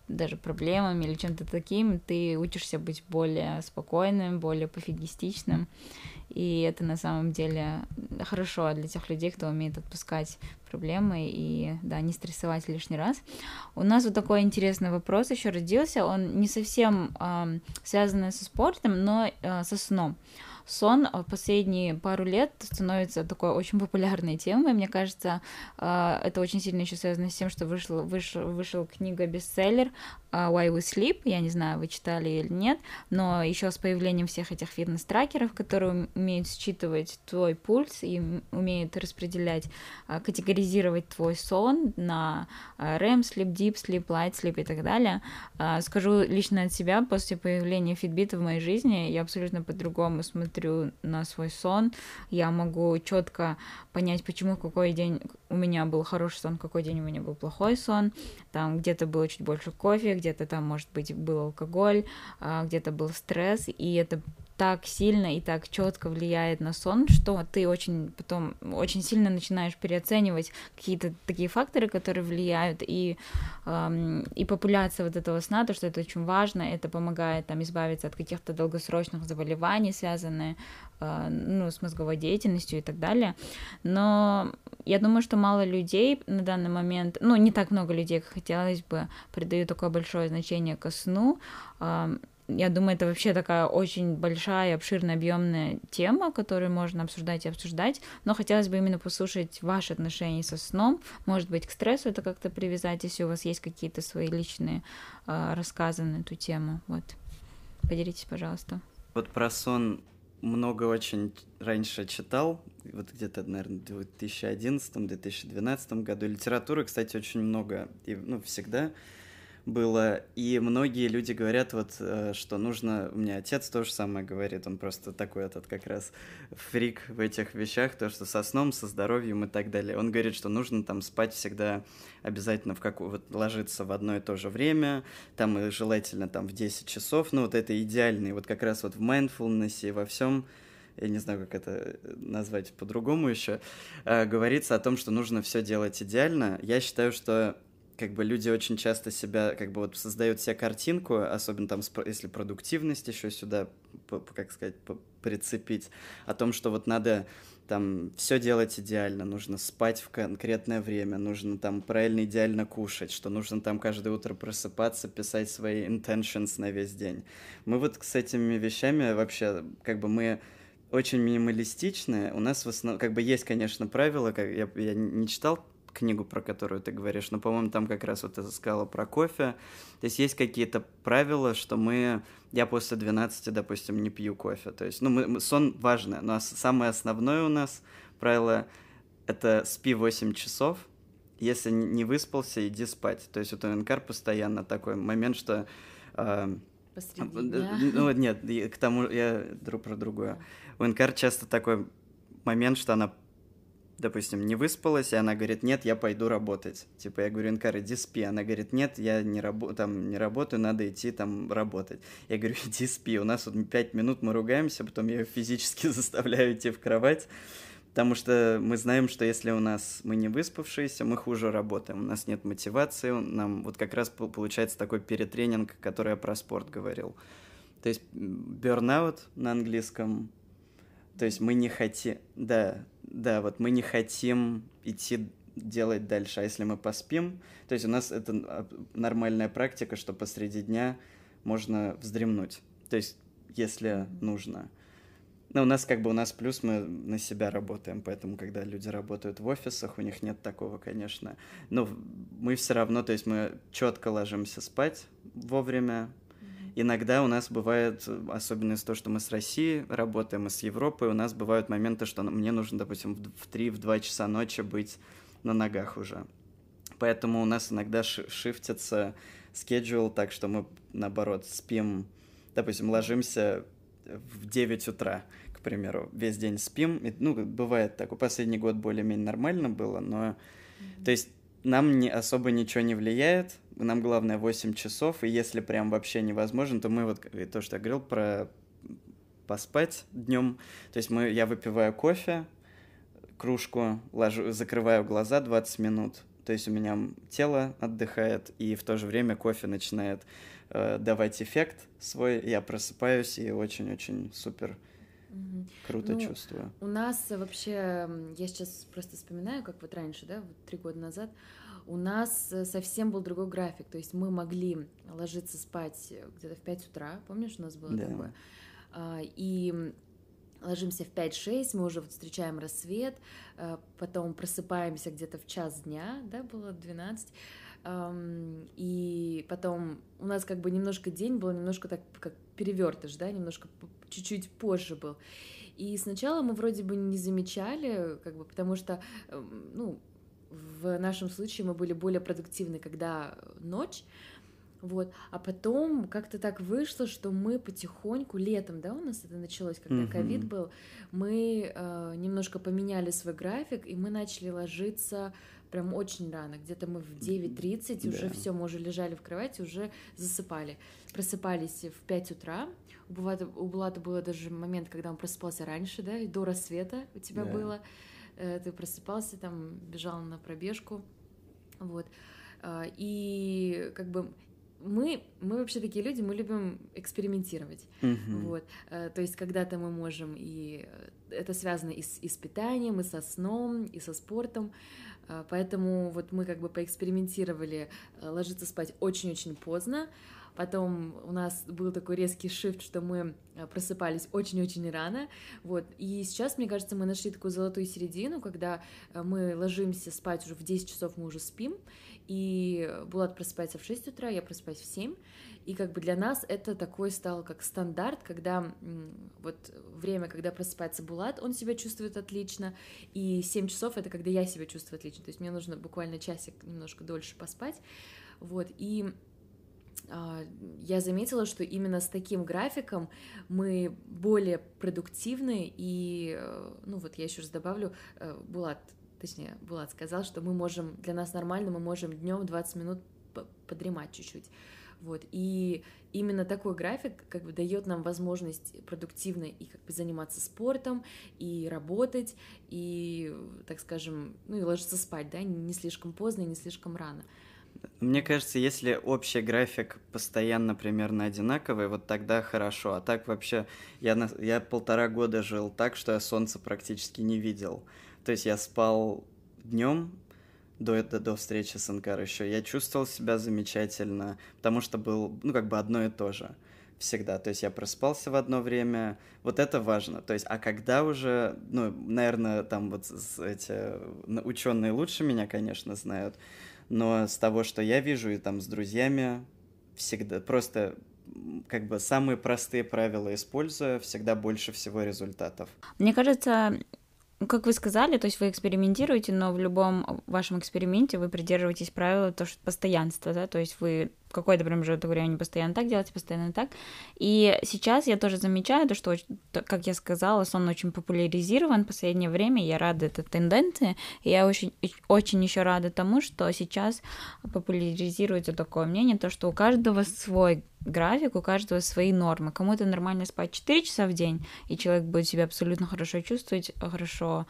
B: даже проблемами или чем-то таким, ты учишься быть более спокойным, более пофигистичным, и это на самом деле хорошо для тех людей, кто умеет отпускать проблемы и, да, не стрессовать лишний раз. У нас вот такой интересный вопрос еще родился, он не совсем связанный со спортом, но со сном. Сон в последние пару лет становится такой очень популярной темой. Мне кажется, это очень сильно еще связано с тем, что вышел книга-бестселлер Why We Sleep. Я не знаю, вы читали или нет, но еще с появлением всех этих фитнес-трекеров, которые умеют считывать твой пульс и умеют распределять, категоризировать твой сон на REM sleep, Deep sleep, Light sleep и так далее. Скажу лично от себя, после появления Fitbit в моей жизни я абсолютно по-другому смотрю на свой сон. Я могу четко понять, почему в какой день у меня был хороший сон, в какой день у меня был плохой сон. Там где-то было чуть больше кофе, где-то там, может быть, был алкоголь, где-то был стресс, и это так сильно и так четко влияет на сон, что ты потом очень сильно начинаешь переоценивать какие-то такие факторы, которые влияют, и популяция вот этого сна, то, что это очень важно, это помогает там избавиться от каких-то долгосрочных заболеваний, связанных с мозговой деятельностью и так далее. Но я думаю, что мало людей на данный момент, не так много людей, как хотелось бы, придают такое большое значение ко сну. Я думаю, это вообще такая очень большая, обширная, объемная тема, которую можно обсуждать и обсуждать, но хотелось бы именно послушать ваши отношения со сном, может быть, к стрессу это как-то привязать, если у вас есть какие-то свои личные рассказы на эту тему. Вот, поделитесь, пожалуйста.
D: Вот про сон много очень раньше читал, вот где-то, наверное, в 2011-2012 году. Литературы, кстати, очень много, и, всегда было, и многие люди говорят, что нужно, у меня отец тоже самое говорит, он просто такой как раз фрик в этих вещах, то, что со сном, со здоровьем и так далее. Он говорит, что нужно там спать всегда обязательно ложиться в одно и то же время, там и желательно там в 10 часов, это идеальный, как раз в mindfulness и во всем. Я не знаю, как это назвать по-другому еще, говорится о том, что нужно все делать идеально. Я считаю, что люди очень часто себя создают себе картинку, особенно там, если продуктивность еще сюда, прицепить, о том, что надо там все делать идеально, нужно спать в конкретное время, нужно там правильно, идеально кушать, что нужно там каждое утро просыпаться, писать свои intentions на весь день. Мы с этими вещами вообще, мы очень минималистичны, у нас в основном, есть, конечно, правила, я не читал книгу, про которую ты говоришь, но, по-моему, там как раз ты сказала про кофе. То есть какие-то правила, что я после 12, допустим, не пью кофе. То есть, сон важный, но самое основное у нас правило — это спи 8 часов, если не выспался, иди спать. То есть у Инкар постоянно такой момент, что...
E: Посреди дня?
D: Нет, к тому я про другое. У Инкар часто такой момент, что она, допустим, не выспалась, и она говорит, нет, я пойду работать. Я говорю, Инкар, иди спи. Она говорит, нет, я не работаю, надо идти там работать. Я говорю, иди спи. У нас 5 минут мы ругаемся, потом я ее физически заставляю идти в кровать, потому что мы знаем, что если мы не выспавшиеся, мы хуже работаем, у нас нет мотивации, нам как раз получается такой перетренинг, который я про спорт говорил. То есть burnout на английском, то есть мы не хотим... мы не хотим идти делать дальше, а если мы поспим, то есть у нас это нормальная практика, что посреди дня можно вздремнуть, то есть если нужно. Но у нас плюс мы на себя работаем, поэтому когда люди работают в офисах, у них нет такого, конечно. Но мы все равно, то есть мы четко ложимся спать вовремя. Иногда у нас бывает, особенно из-за того, что мы с Россией работаем и с Европой, у нас бывают моменты, что мне нужно, допустим, в 3-2 часа ночи быть на ногах уже. Поэтому у нас иногда шифтится schedule так, что мы, наоборот, спим, допустим, ложимся в 9 утра, к примеру, весь день спим. Бывает так, последний год более-менее нормально было, но... То есть нам особо ничего не влияет, нам главное 8 часов, и если прям вообще невозможно, то мы то, что я говорил про поспать днем, то есть я выпиваю кофе, кружку, закрываю глаза 20 минут, То есть у меня тело отдыхает, и в то же время кофе начинает давать эффект свой, я просыпаюсь и очень-очень супер круто чувствую.
E: У нас вообще, я сейчас просто вспоминаю, как вот раньше, да, вот 3 года назад, у нас совсем был другой график, то есть мы могли ложиться спать где-то в 5 утра, помнишь, у нас было такое? И ложимся в 5-6, мы уже вот встречаем рассвет, потом просыпаемся где-то в час дня, да, было 12, и потом у нас как бы немножко день был, немножко так как перевертыш, да, немножко чуть-чуть позже был. И сначала мы вроде бы не замечали, как бы, потому что, ну, в нашем случае мы были более продуктивны, когда ночь, вот, а потом как-то так вышло, что мы потихоньку, летом, да, у нас это началось, когда ковид был, мы немножко поменяли свой график, и мы начали ложиться прям очень рано, где-то мы в 9:30 уже все, мы уже лежали в кровати, уже засыпали, просыпались в 5 утра, у Булата было даже момент, когда он просыпался раньше, да, и до рассвета у тебя было, ты просыпался, там, бежал на пробежку, вот, и как бы мы вообще такие люди, мы любим экспериментировать, вот, то есть когда-то мы можем, и это связано и с питанием, и со сном, и со спортом, поэтому вот мы как бы поэкспериментировали ложиться спать очень-очень поздно, потом у нас был такой резкий шифт, что мы просыпались очень-очень рано, вот, и сейчас, мне кажется, мы нашли такую золотую середину, когда мы ложимся спать уже в 10 часов, мы уже спим, и Булат просыпается в 6 утра, я просыпаюсь в 7, и как бы для нас это такой стал как стандарт, когда вот время, когда просыпается Булат, он себя чувствует отлично, и 7 часов — это когда я себя чувствую отлично, то есть мне нужно буквально часик немножко дольше поспать, вот, и я заметила, что именно с таким графиком мы более продуктивны, и, ну вот я еще раз добавлю, Булат сказал, что мы можем, для нас нормально, мы можем днем 20 минут подремать чуть-чуть, вот, и именно такой график как бы дает нам возможность продуктивно и как бы заниматься спортом, и работать, и, так скажем, ну и ложиться спать, да, не слишком поздно и не слишком рано.
D: Мне кажется, если общий график постоянно примерно одинаковый, вот тогда хорошо. А так вообще я 1,5 года жил так, что я солнце практически не видел. То есть я спал днем до встречи с Инкар еще. Я чувствовал себя замечательно, потому что был, ну, как бы одно и то же всегда. То есть я просыпался в одно время, вот это важно. То есть, а когда уже, ну, наверное, там вот эти ученые лучше меня, конечно, знают, но с того, что я вижу, и там с друзьями, всегда просто как бы самые простые правила используя, всегда больше всего результатов.
B: Мне кажется, как вы сказали, то есть вы экспериментируете, но в любом вашем эксперименте вы придерживаетесь правила то, что постоянство, да, то есть вы какой-то промежуток времени постоянно так делаете, постоянно так. И сейчас я тоже замечаю то, что, как я сказала, сон очень популяризирован в последнее время, я рада этой тенденции, и я очень еще рада тому, что сейчас популяризируется такое мнение, то, что у каждого свой график, у каждого свои нормы. Кому-то нормально спать 4 часа в день, и человек будет себя абсолютно хорошо чувствовать, хорошо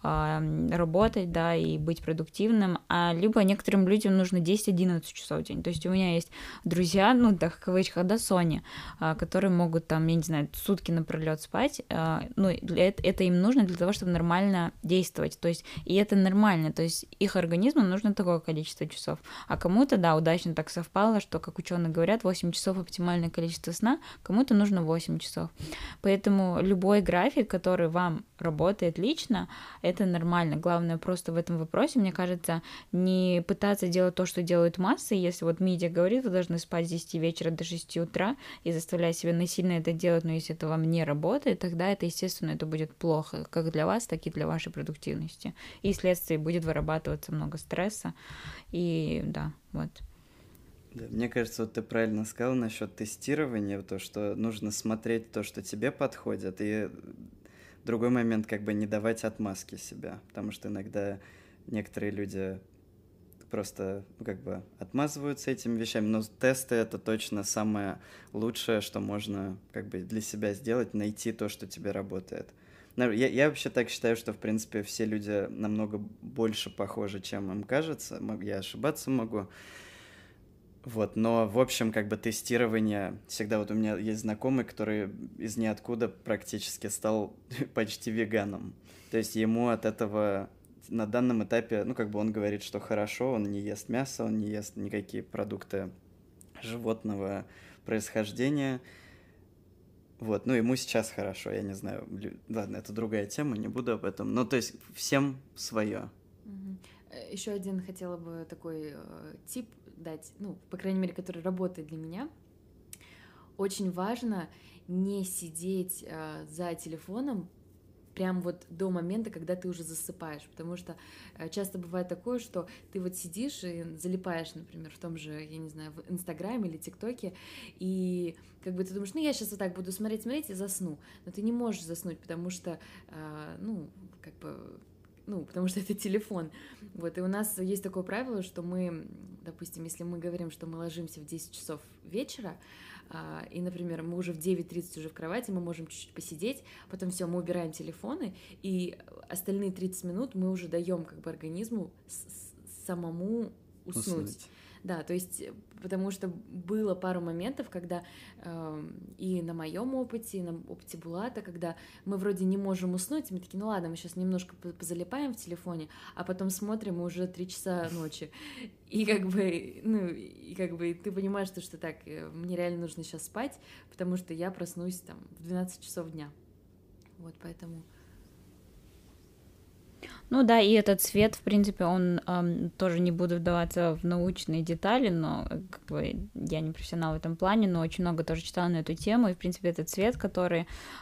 B: работать, да, и быть продуктивным, а либо некоторым людям нужно 10-11 часов в день. То есть у меня есть друзья, ну, так, в кавычках, да, Сони, которые могут там, я не знаю, сутки напролёт спать, ну, это им нужно для того, чтобы нормально действовать, то есть, и это нормально, то есть их организму нужно такое количество часов, а кому-то, да, удачно так совпало, что, как ученые говорят, 8 часов оптимальное количество сна, кому-то нужно 8 часов, поэтому любой график, который вам работает лично, это нормально, главное просто в этом вопросе, мне кажется, не пытаться делать то, что делают массы, если вот Митя говорит, вы должны спать с 10 вечера до 6 утра и заставлять себя насильно это делать, но если это вам не работает, тогда это, естественно, это будет плохо, как для вас, так и для вашей продуктивности, и вследствие будет вырабатываться много стресса, и да, вот.
D: Да, мне кажется, вот ты правильно сказал насчет тестирования, то, что нужно смотреть то, что тебе подходит, и другой момент, как бы не давать отмазки себя, потому что иногда некоторые люди просто, ну, как бы отмазываются этими вещами, но тесты — это точно самое лучшее, что можно как бы для себя сделать, найти то, что тебе работает. Я вообще так считаю, что, в принципе, все люди намного больше похожи, чем им кажется. Я ошибаться могу. Вот, но, в общем, как бы тестирование... Всегда вот у меня есть знакомый, который из ниоткуда практически стал почти веганом. То есть ему от этого на данном этапе, ну, как бы он говорит, что хорошо, он не ест мясо, он не ест никакие продукты животного происхождения. Вот, ну, ему сейчас хорошо, я не знаю. Ладно, это другая тема, не буду об этом. Ну, то есть всем свое.
E: Еще один хотела бы такой тип дать, ну, по крайней мере, который работает для меня. Очень важно не сидеть за телефоном прям вот до момента, когда ты уже засыпаешь, потому что часто бывает такое, что ты вот сидишь и залипаешь, например, в том же, я не знаю, в Инстаграме или ТикТоке, и как бы ты думаешь, ну, я сейчас вот так буду смотреть и засну, но ты не можешь заснуть, потому что, ну, как бы... Ну, потому что это телефон. Вот, и у нас есть такое правило, что мы, допустим, если мы говорим, что мы ложимся в 10 часов вечера, и, например, мы уже в 9:30 уже в кровати, мы можем чуть-чуть посидеть, потом все, мы убираем телефоны, и остальные 30 минут мы уже даем как бы организму самому уснуть. Да, то есть, потому что было пару моментов, когда и на моем опыте, и на опыте Булата, когда мы вроде не можем уснуть, и мы такие, ну ладно, мы сейчас немножко позалипаем в телефоне, а потом смотрим, и уже 3 часа ночи. И как бы, ну, и как бы ты понимаешь, что так, мне реально нужно сейчас спать, потому что я проснусь там в 12 часов дня. Вот, поэтому...
B: Ну да, и этот цвет, в принципе, он тоже не буду вдаваться в научные детали, но как бы я не профессионал в этом плане, но очень много тоже читала на эту тему, и, в принципе, этот цвет, который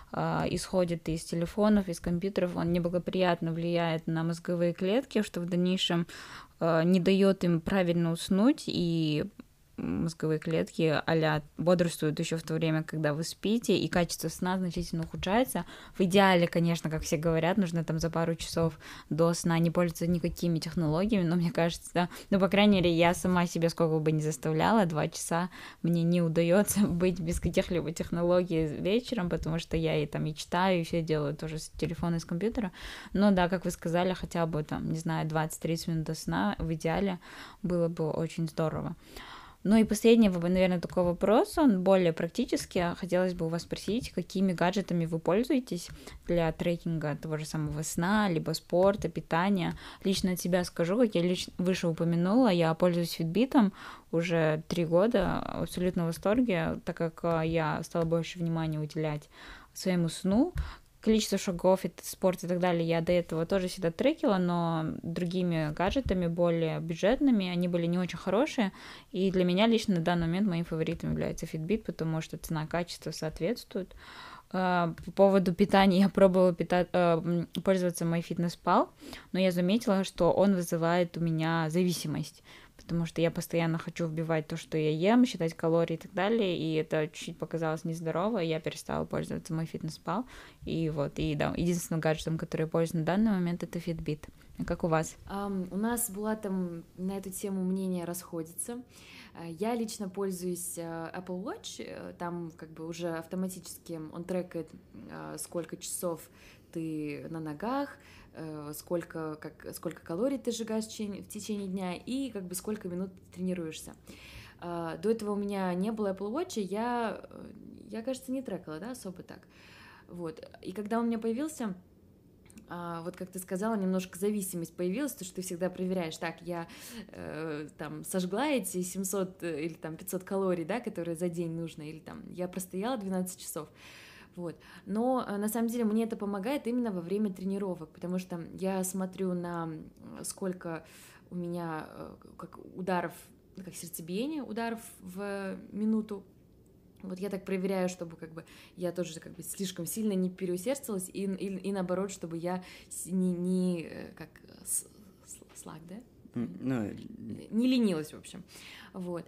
B: исходит из телефонов, из компьютеров, он неблагоприятно влияет на мозговые клетки, что в дальнейшем не дает им правильно уснуть, и мозговые клетки а-ля бодрствуют еще в то время, когда вы спите, и качество сна значительно ухудшается. В идеале, конечно, как все говорят, нужно там за пару часов до сна не пользоваться никакими технологиями, но мне кажется, ну, по крайней мере, я сама себя сколько бы ни заставляла, 2 часа мне не удается быть без каких-либо технологий вечером, потому что я и там и читаю, и все делаю тоже с телефона и с компьютера. Но да, как вы сказали, хотя бы там, не знаю, 20-30 минут до сна в идеале было бы очень здорово. Ну и последний, наверное, такой вопрос, он более практический. Хотелось бы у вас спросить, какими гаджетами вы пользуетесь для трекинга того же самого сна, либо спорта, питания. Лично от себя скажу, как я выше упомянула, я пользуюсь Fitbit'ом уже 3 года, абсолютно в восторге, так как я стала больше внимания уделять своему сну. Количество шагов, спорт и так далее я до этого тоже всегда трекила, но другими гаджетами, более бюджетными, они были не очень хорошие, и для меня лично на данный момент моим фаворитом является Fitbit, потому что цена-качество соответствует. По поводу питания я пробовала пользоваться MyFitnessPal, но я заметила, что он вызывает у меня зависимость, потому что я постоянно хочу вбивать то, что я ем, считать калории и так далее, и это чуть-чуть показалось нездорово, и я перестала пользоваться MyFitnessPal, и вот, и да, единственным гаджетом, который я пользуюсь на данный момент, это Fitbit. А как у вас?
E: У нас была там на эту тему мнения расходятся. Я лично пользуюсь Apple Watch, там как бы уже автоматически он трекает, сколько часов ты на ногах, сколько калорий ты сжигаешь в течение дня и как бы сколько минут ты тренируешься. До этого у меня не было Apple Watch, я, кажется, не трекала, да, особо так. Вот. И когда он у меня появился, вот как ты сказала, немножко зависимость появилась, то, что ты всегда проверяешь, так, я там сожгла эти 700 или там 500 калорий, да, которые за день нужно, или там я простояла 12 часов. Вот. Но на самом деле мне это помогает именно во время тренировок, потому что я смотрю на сколько у меня как ударов, как сердцебиение ударов в минуту. Вот я так проверяю, чтобы как бы я тоже как бы слишком сильно не переусердствовалась и наоборот, чтобы я не как слаг, да? Не ленилась, в общем. Вот.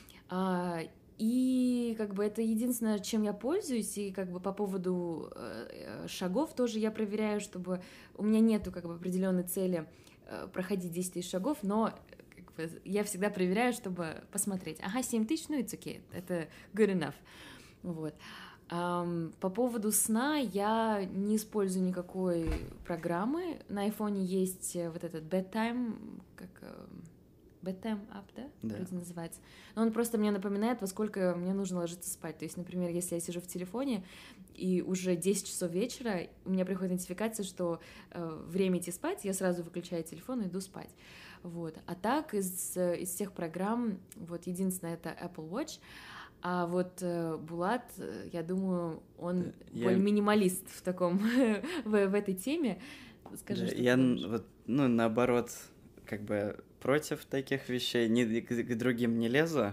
E: И как бы это единственное, чем я пользуюсь, и как бы по поводу шагов тоже я проверяю, чтобы у меня нету как бы определенной цели проходить 10 тысяч шагов, но как бы я всегда проверяю, чтобы посмотреть. Ага, 7 тысяч, ну it's okay, это good enough. Вот. По поводу сна я не использую никакой программы. На айфоне есть вот этот bedtime, bedtime app, да?
D: Да.
E: Вроде называется. Но он просто мне напоминает, во сколько мне нужно ложиться спать. То есть, например, если я сижу в телефоне, и уже 10 часов вечера, у меня приходит нотификация, что время идти спать, я сразу выключаю телефон и иду спать. Вот. А так, из всех программ, вот, единственное, это Apple Watch. А вот Булат, я думаю, он более минималист в таком, в этой теме. Скажи, что
D: я
E: ты думаешь?
D: вот, ну, наоборот, как бы против таких вещей, к другим не лезу,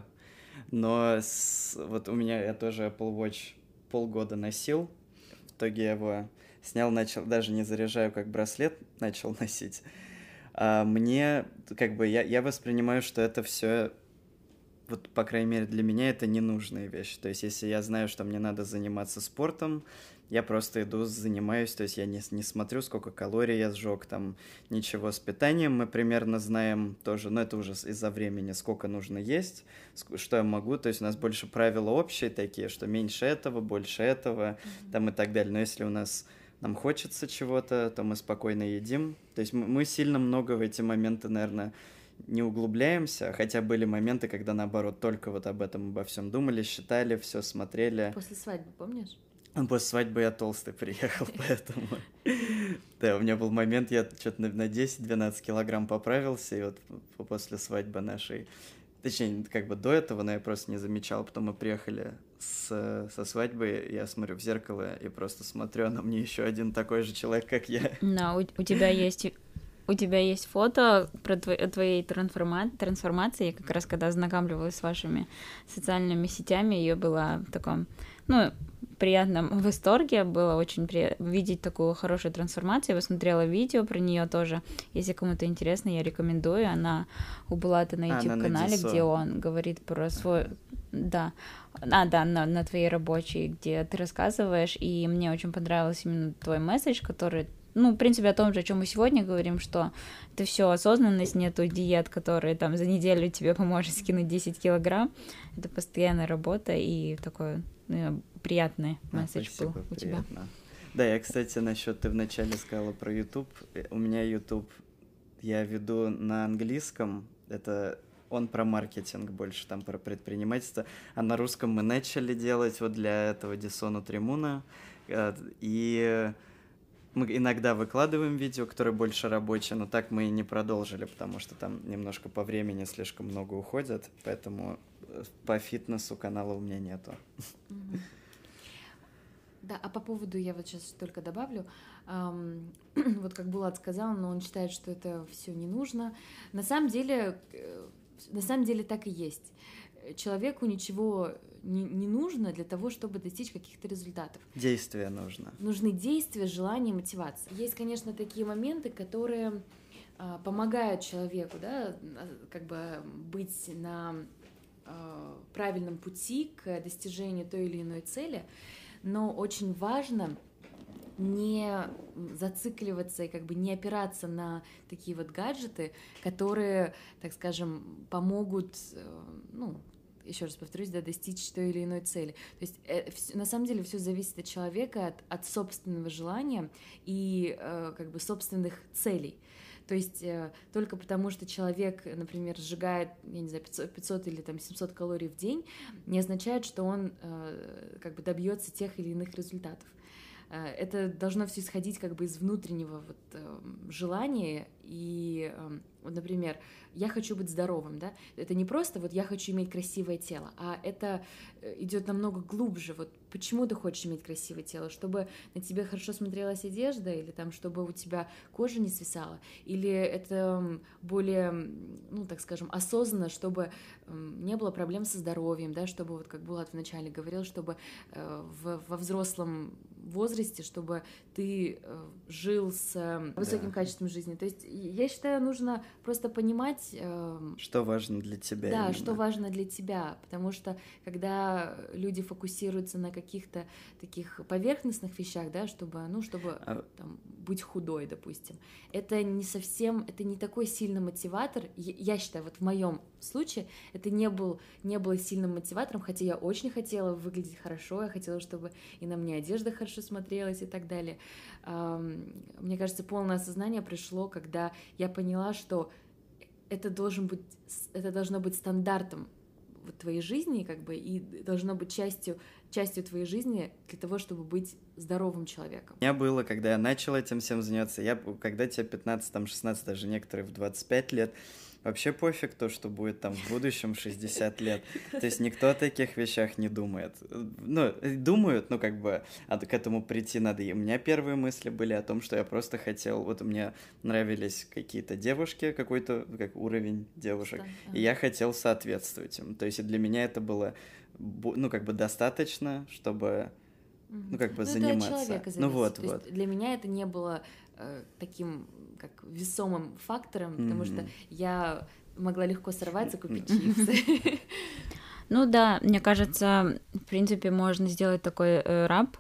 D: но вот у меня, я тоже Apple Watch полгода носил, в итоге я его снял, начал, даже не заряжаю, как браслет начал носить. А мне, как бы, я воспринимаю, что это все, вот, по крайней мере, для меня это ненужные вещи. То есть, если я знаю, что мне надо заниматься спортом, я просто иду, занимаюсь, то есть я не смотрю, сколько калорий я сжег, там, ничего с питанием мы примерно знаем тоже, но это уже из-за времени, сколько нужно есть, что я могу, то есть у нас больше правила общие такие, что меньше этого, больше этого, там и так далее, но если нам хочется чего-то, то мы спокойно едим, то есть мы сильно много в эти моменты, наверное, не углубляемся, хотя были моменты, когда, наоборот, только вот об этом, обо всем думали, считали, все смотрели.
E: После свадьбы, помнишь?
D: После свадьбы я толстый приехал, поэтому... Да, у меня был момент, я что-то на 10-12 килограмм поправился, и вот после свадьбы нашей... Точнее, как бы до этого, но я просто не замечал. Потом мы приехали со свадьбы, я смотрю в зеркало и просто смотрю, а на мне еще один такой же человек, как я.
B: Да, у тебя есть фото про твоей трансформации. Я как раз когда ознакомливалась с вашими социальными сетями, ее была в таком, приятном восторге. Было очень приятно видеть такую хорошую трансформацию. Я посмотрела видео про нее тоже. Если кому-то интересно, я рекомендую. Она у Булата на YouTube-канале, где он говорит про свой... Да. На твоей рабочей, где ты рассказываешь, и мне очень понравился именно твой месседж, который... в принципе, о том же, о чем мы сегодня говорим, что это все осознанность, нету диет, которые там за неделю тебе поможет скинуть 10 килограмм. Это постоянная работа и такой приятный месседж был у тебя.
D: Да, я, кстати, ты вначале сказала про YouTube. У меня YouTube я веду на английском. Это он про маркетинг больше, там про предпринимательство. А на русском мы начали делать вот для этого Дисона Тремуна. И... мы иногда выкладываем видео, которые больше рабочие, но так мы и не продолжили, потому что там немножко по времени слишком много уходит, поэтому по фитнесу канала у меня нету.
E: Да, а по поводу, я вот сейчас только добавлю, вот как Булат сказал, но он считает, что это все не нужно. На самом деле так и есть. Человеку ничего не нужно для того, чтобы достичь каких-то результатов.
D: Действия нужно.
E: Нужны действия, желание, мотивация. Есть, конечно, такие моменты, которые помогают человеку, да, как бы быть на правильном пути к достижению той или иной цели, но очень важно не зацикливаться и как бы не опираться на такие вот гаджеты, которые, так скажем, помогут, еще раз повторюсь, достичь той или иной цели. То есть на самом деле все зависит от человека, от собственного желания и как бы собственных целей. То есть только потому, что человек, например, сжигает, я не знаю, 500 или там 700 калорий в день, не означает, что он как бы добьется тех или иных результатов. Это должно все исходить как бы из внутреннего желания. И, вот, например, я хочу быть здоровым, да? Это не просто вот я хочу иметь красивое тело, а это идет намного глубже. Вот почему ты хочешь иметь красивое тело? Чтобы на тебе хорошо смотрелась одежда, или там, чтобы у тебя кожа не свисала? Или это более, так скажем, осознанно, чтобы не было проблем со здоровьем, да? Чтобы, вот как Булат вначале говорил, чтобы во взрослом возрасте, чтобы ты жил с высоким качеством жизни. То есть я считаю, нужно просто понимать...
D: Что важно для тебя.
E: Да,
D: именно.
E: что важно для тебя, потому что когда люди фокусируются на каких-то таких поверхностных вещах, да, чтобы там, быть худой, допустим, это не совсем, это не такой сильный мотиватор. Я считаю, вот в моем случае это не было сильным мотиватором, хотя я очень хотела выглядеть хорошо, я хотела, чтобы и на мне одежда хорошо смотрелась и так далее. Мне кажется, полное осознание пришло, когда я поняла, что это должно быть стандартом в твоей жизни, как бы, и должно быть частью твоей жизни для того, чтобы быть здоровым человеком.
D: У меня было, когда я начал этим всем заняться, когда тебе 15, там, 16, даже некоторые в 25 лет, вообще пофиг то, что будет там в будущем 60 лет. То есть никто о таких вещах не думает. Ну, думают, ну, как бы, к этому прийти надо. И у меня первые мысли были о том, что я просто хотел... Вот мне нравились какие-то девушки, какой-то как уровень девушек, и я хотел соответствовать им. То есть и для меня это было, ну, как бы достаточно, чтобы... Ну, как бы заниматься.
E: Это от человека зависит.
D: Ну, вот.
E: Есть для меня это не было таким, как весомым фактором, потому что я могла легко сорваться, купить чипсы.
B: Ну да, мне кажется, в принципе, можно сделать такой рап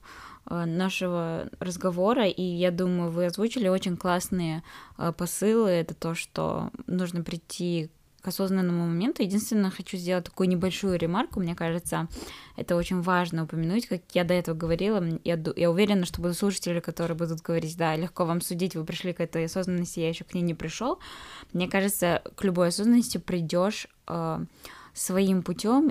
B: нашего разговора, и я думаю, вы озвучили очень классные посылы. Это то, что нужно прийти к осознанному моменту. Единственное, хочу сделать такую небольшую ремарку. Мне кажется, это очень важно упомянуть, как я до этого говорила. Я уверена, что будут слушатели, которые будут говорить: да, легко вам судить, вы пришли к этой осознанности, я еще к ней не пришел. Мне кажется, к любой осознанности придешь своим путем,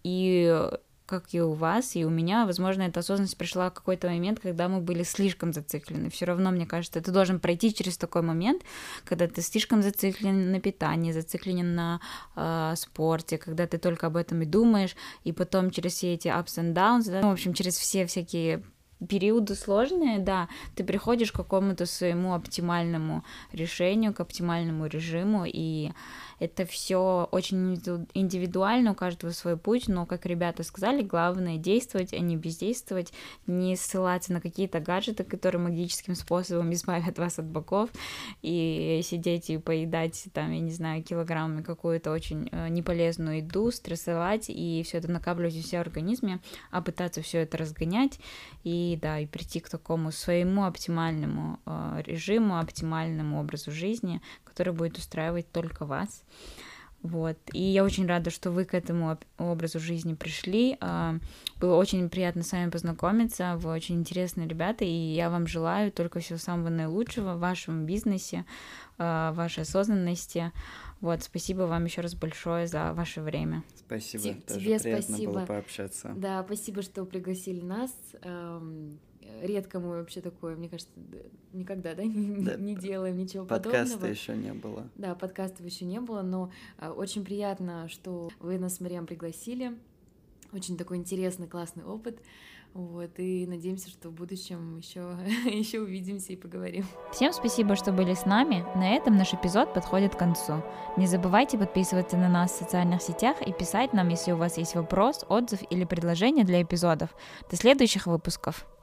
B: и как и у вас, и у меня, возможно, эта осознанность пришла в какой-то момент, когда мы были слишком зациклены. Все равно, мне кажется, ты должен пройти через такой момент, когда ты слишком зациклен на питании, зациклен на спорте, когда ты только об этом и думаешь, и потом через все эти ups and downs, да, в общем, через все всякие периоды сложные, да, ты приходишь к какому-то своему оптимальному решению, к оптимальному режиму, и это все очень индивидуально, у каждого свой путь, но, как ребята сказали, главное действовать, а не бездействовать, не ссылаться на какие-то гаджеты, которые магическим способом избавят вас от боков, и сидеть и поедать, там, я не знаю, килограммами какую-то очень неполезную еду, стрессовать, и все это накапливать у себя в организме, а пытаться все это разгонять, и прийти к такому своему оптимальному режиму, оптимальному образу жизни, который будет устраивать только вас. Вот. И я очень рада, что вы к этому образу жизни пришли. Было очень приятно с вами познакомиться. Вы очень интересные ребята, и я вам желаю только всего самого наилучшего в вашем бизнесе, вашей осознанности. Вот, спасибо вам еще раз большое за ваше время.
D: Спасибо, тоже
E: тебе
D: приятно
E: спасибо.
D: Было пообщаться.
E: Да, спасибо, что пригласили нас. Редко мы вообще такое, мне кажется, никогда, не делаем ничего подобного.
D: Подкаста еще не было.
E: Да, подкастов еще не было, но очень приятно, что вы нас с Мариам пригласили. Очень такой интересный, классный опыт. Вот, и надеемся, что в будущем еще увидимся и поговорим.
A: Всем спасибо, что были с нами. На этом наш эпизод подходит к концу. Не забывайте подписываться на нас в социальных сетях и писать нам, если у вас есть вопрос, отзыв или предложение для эпизодов. До следующих выпусков.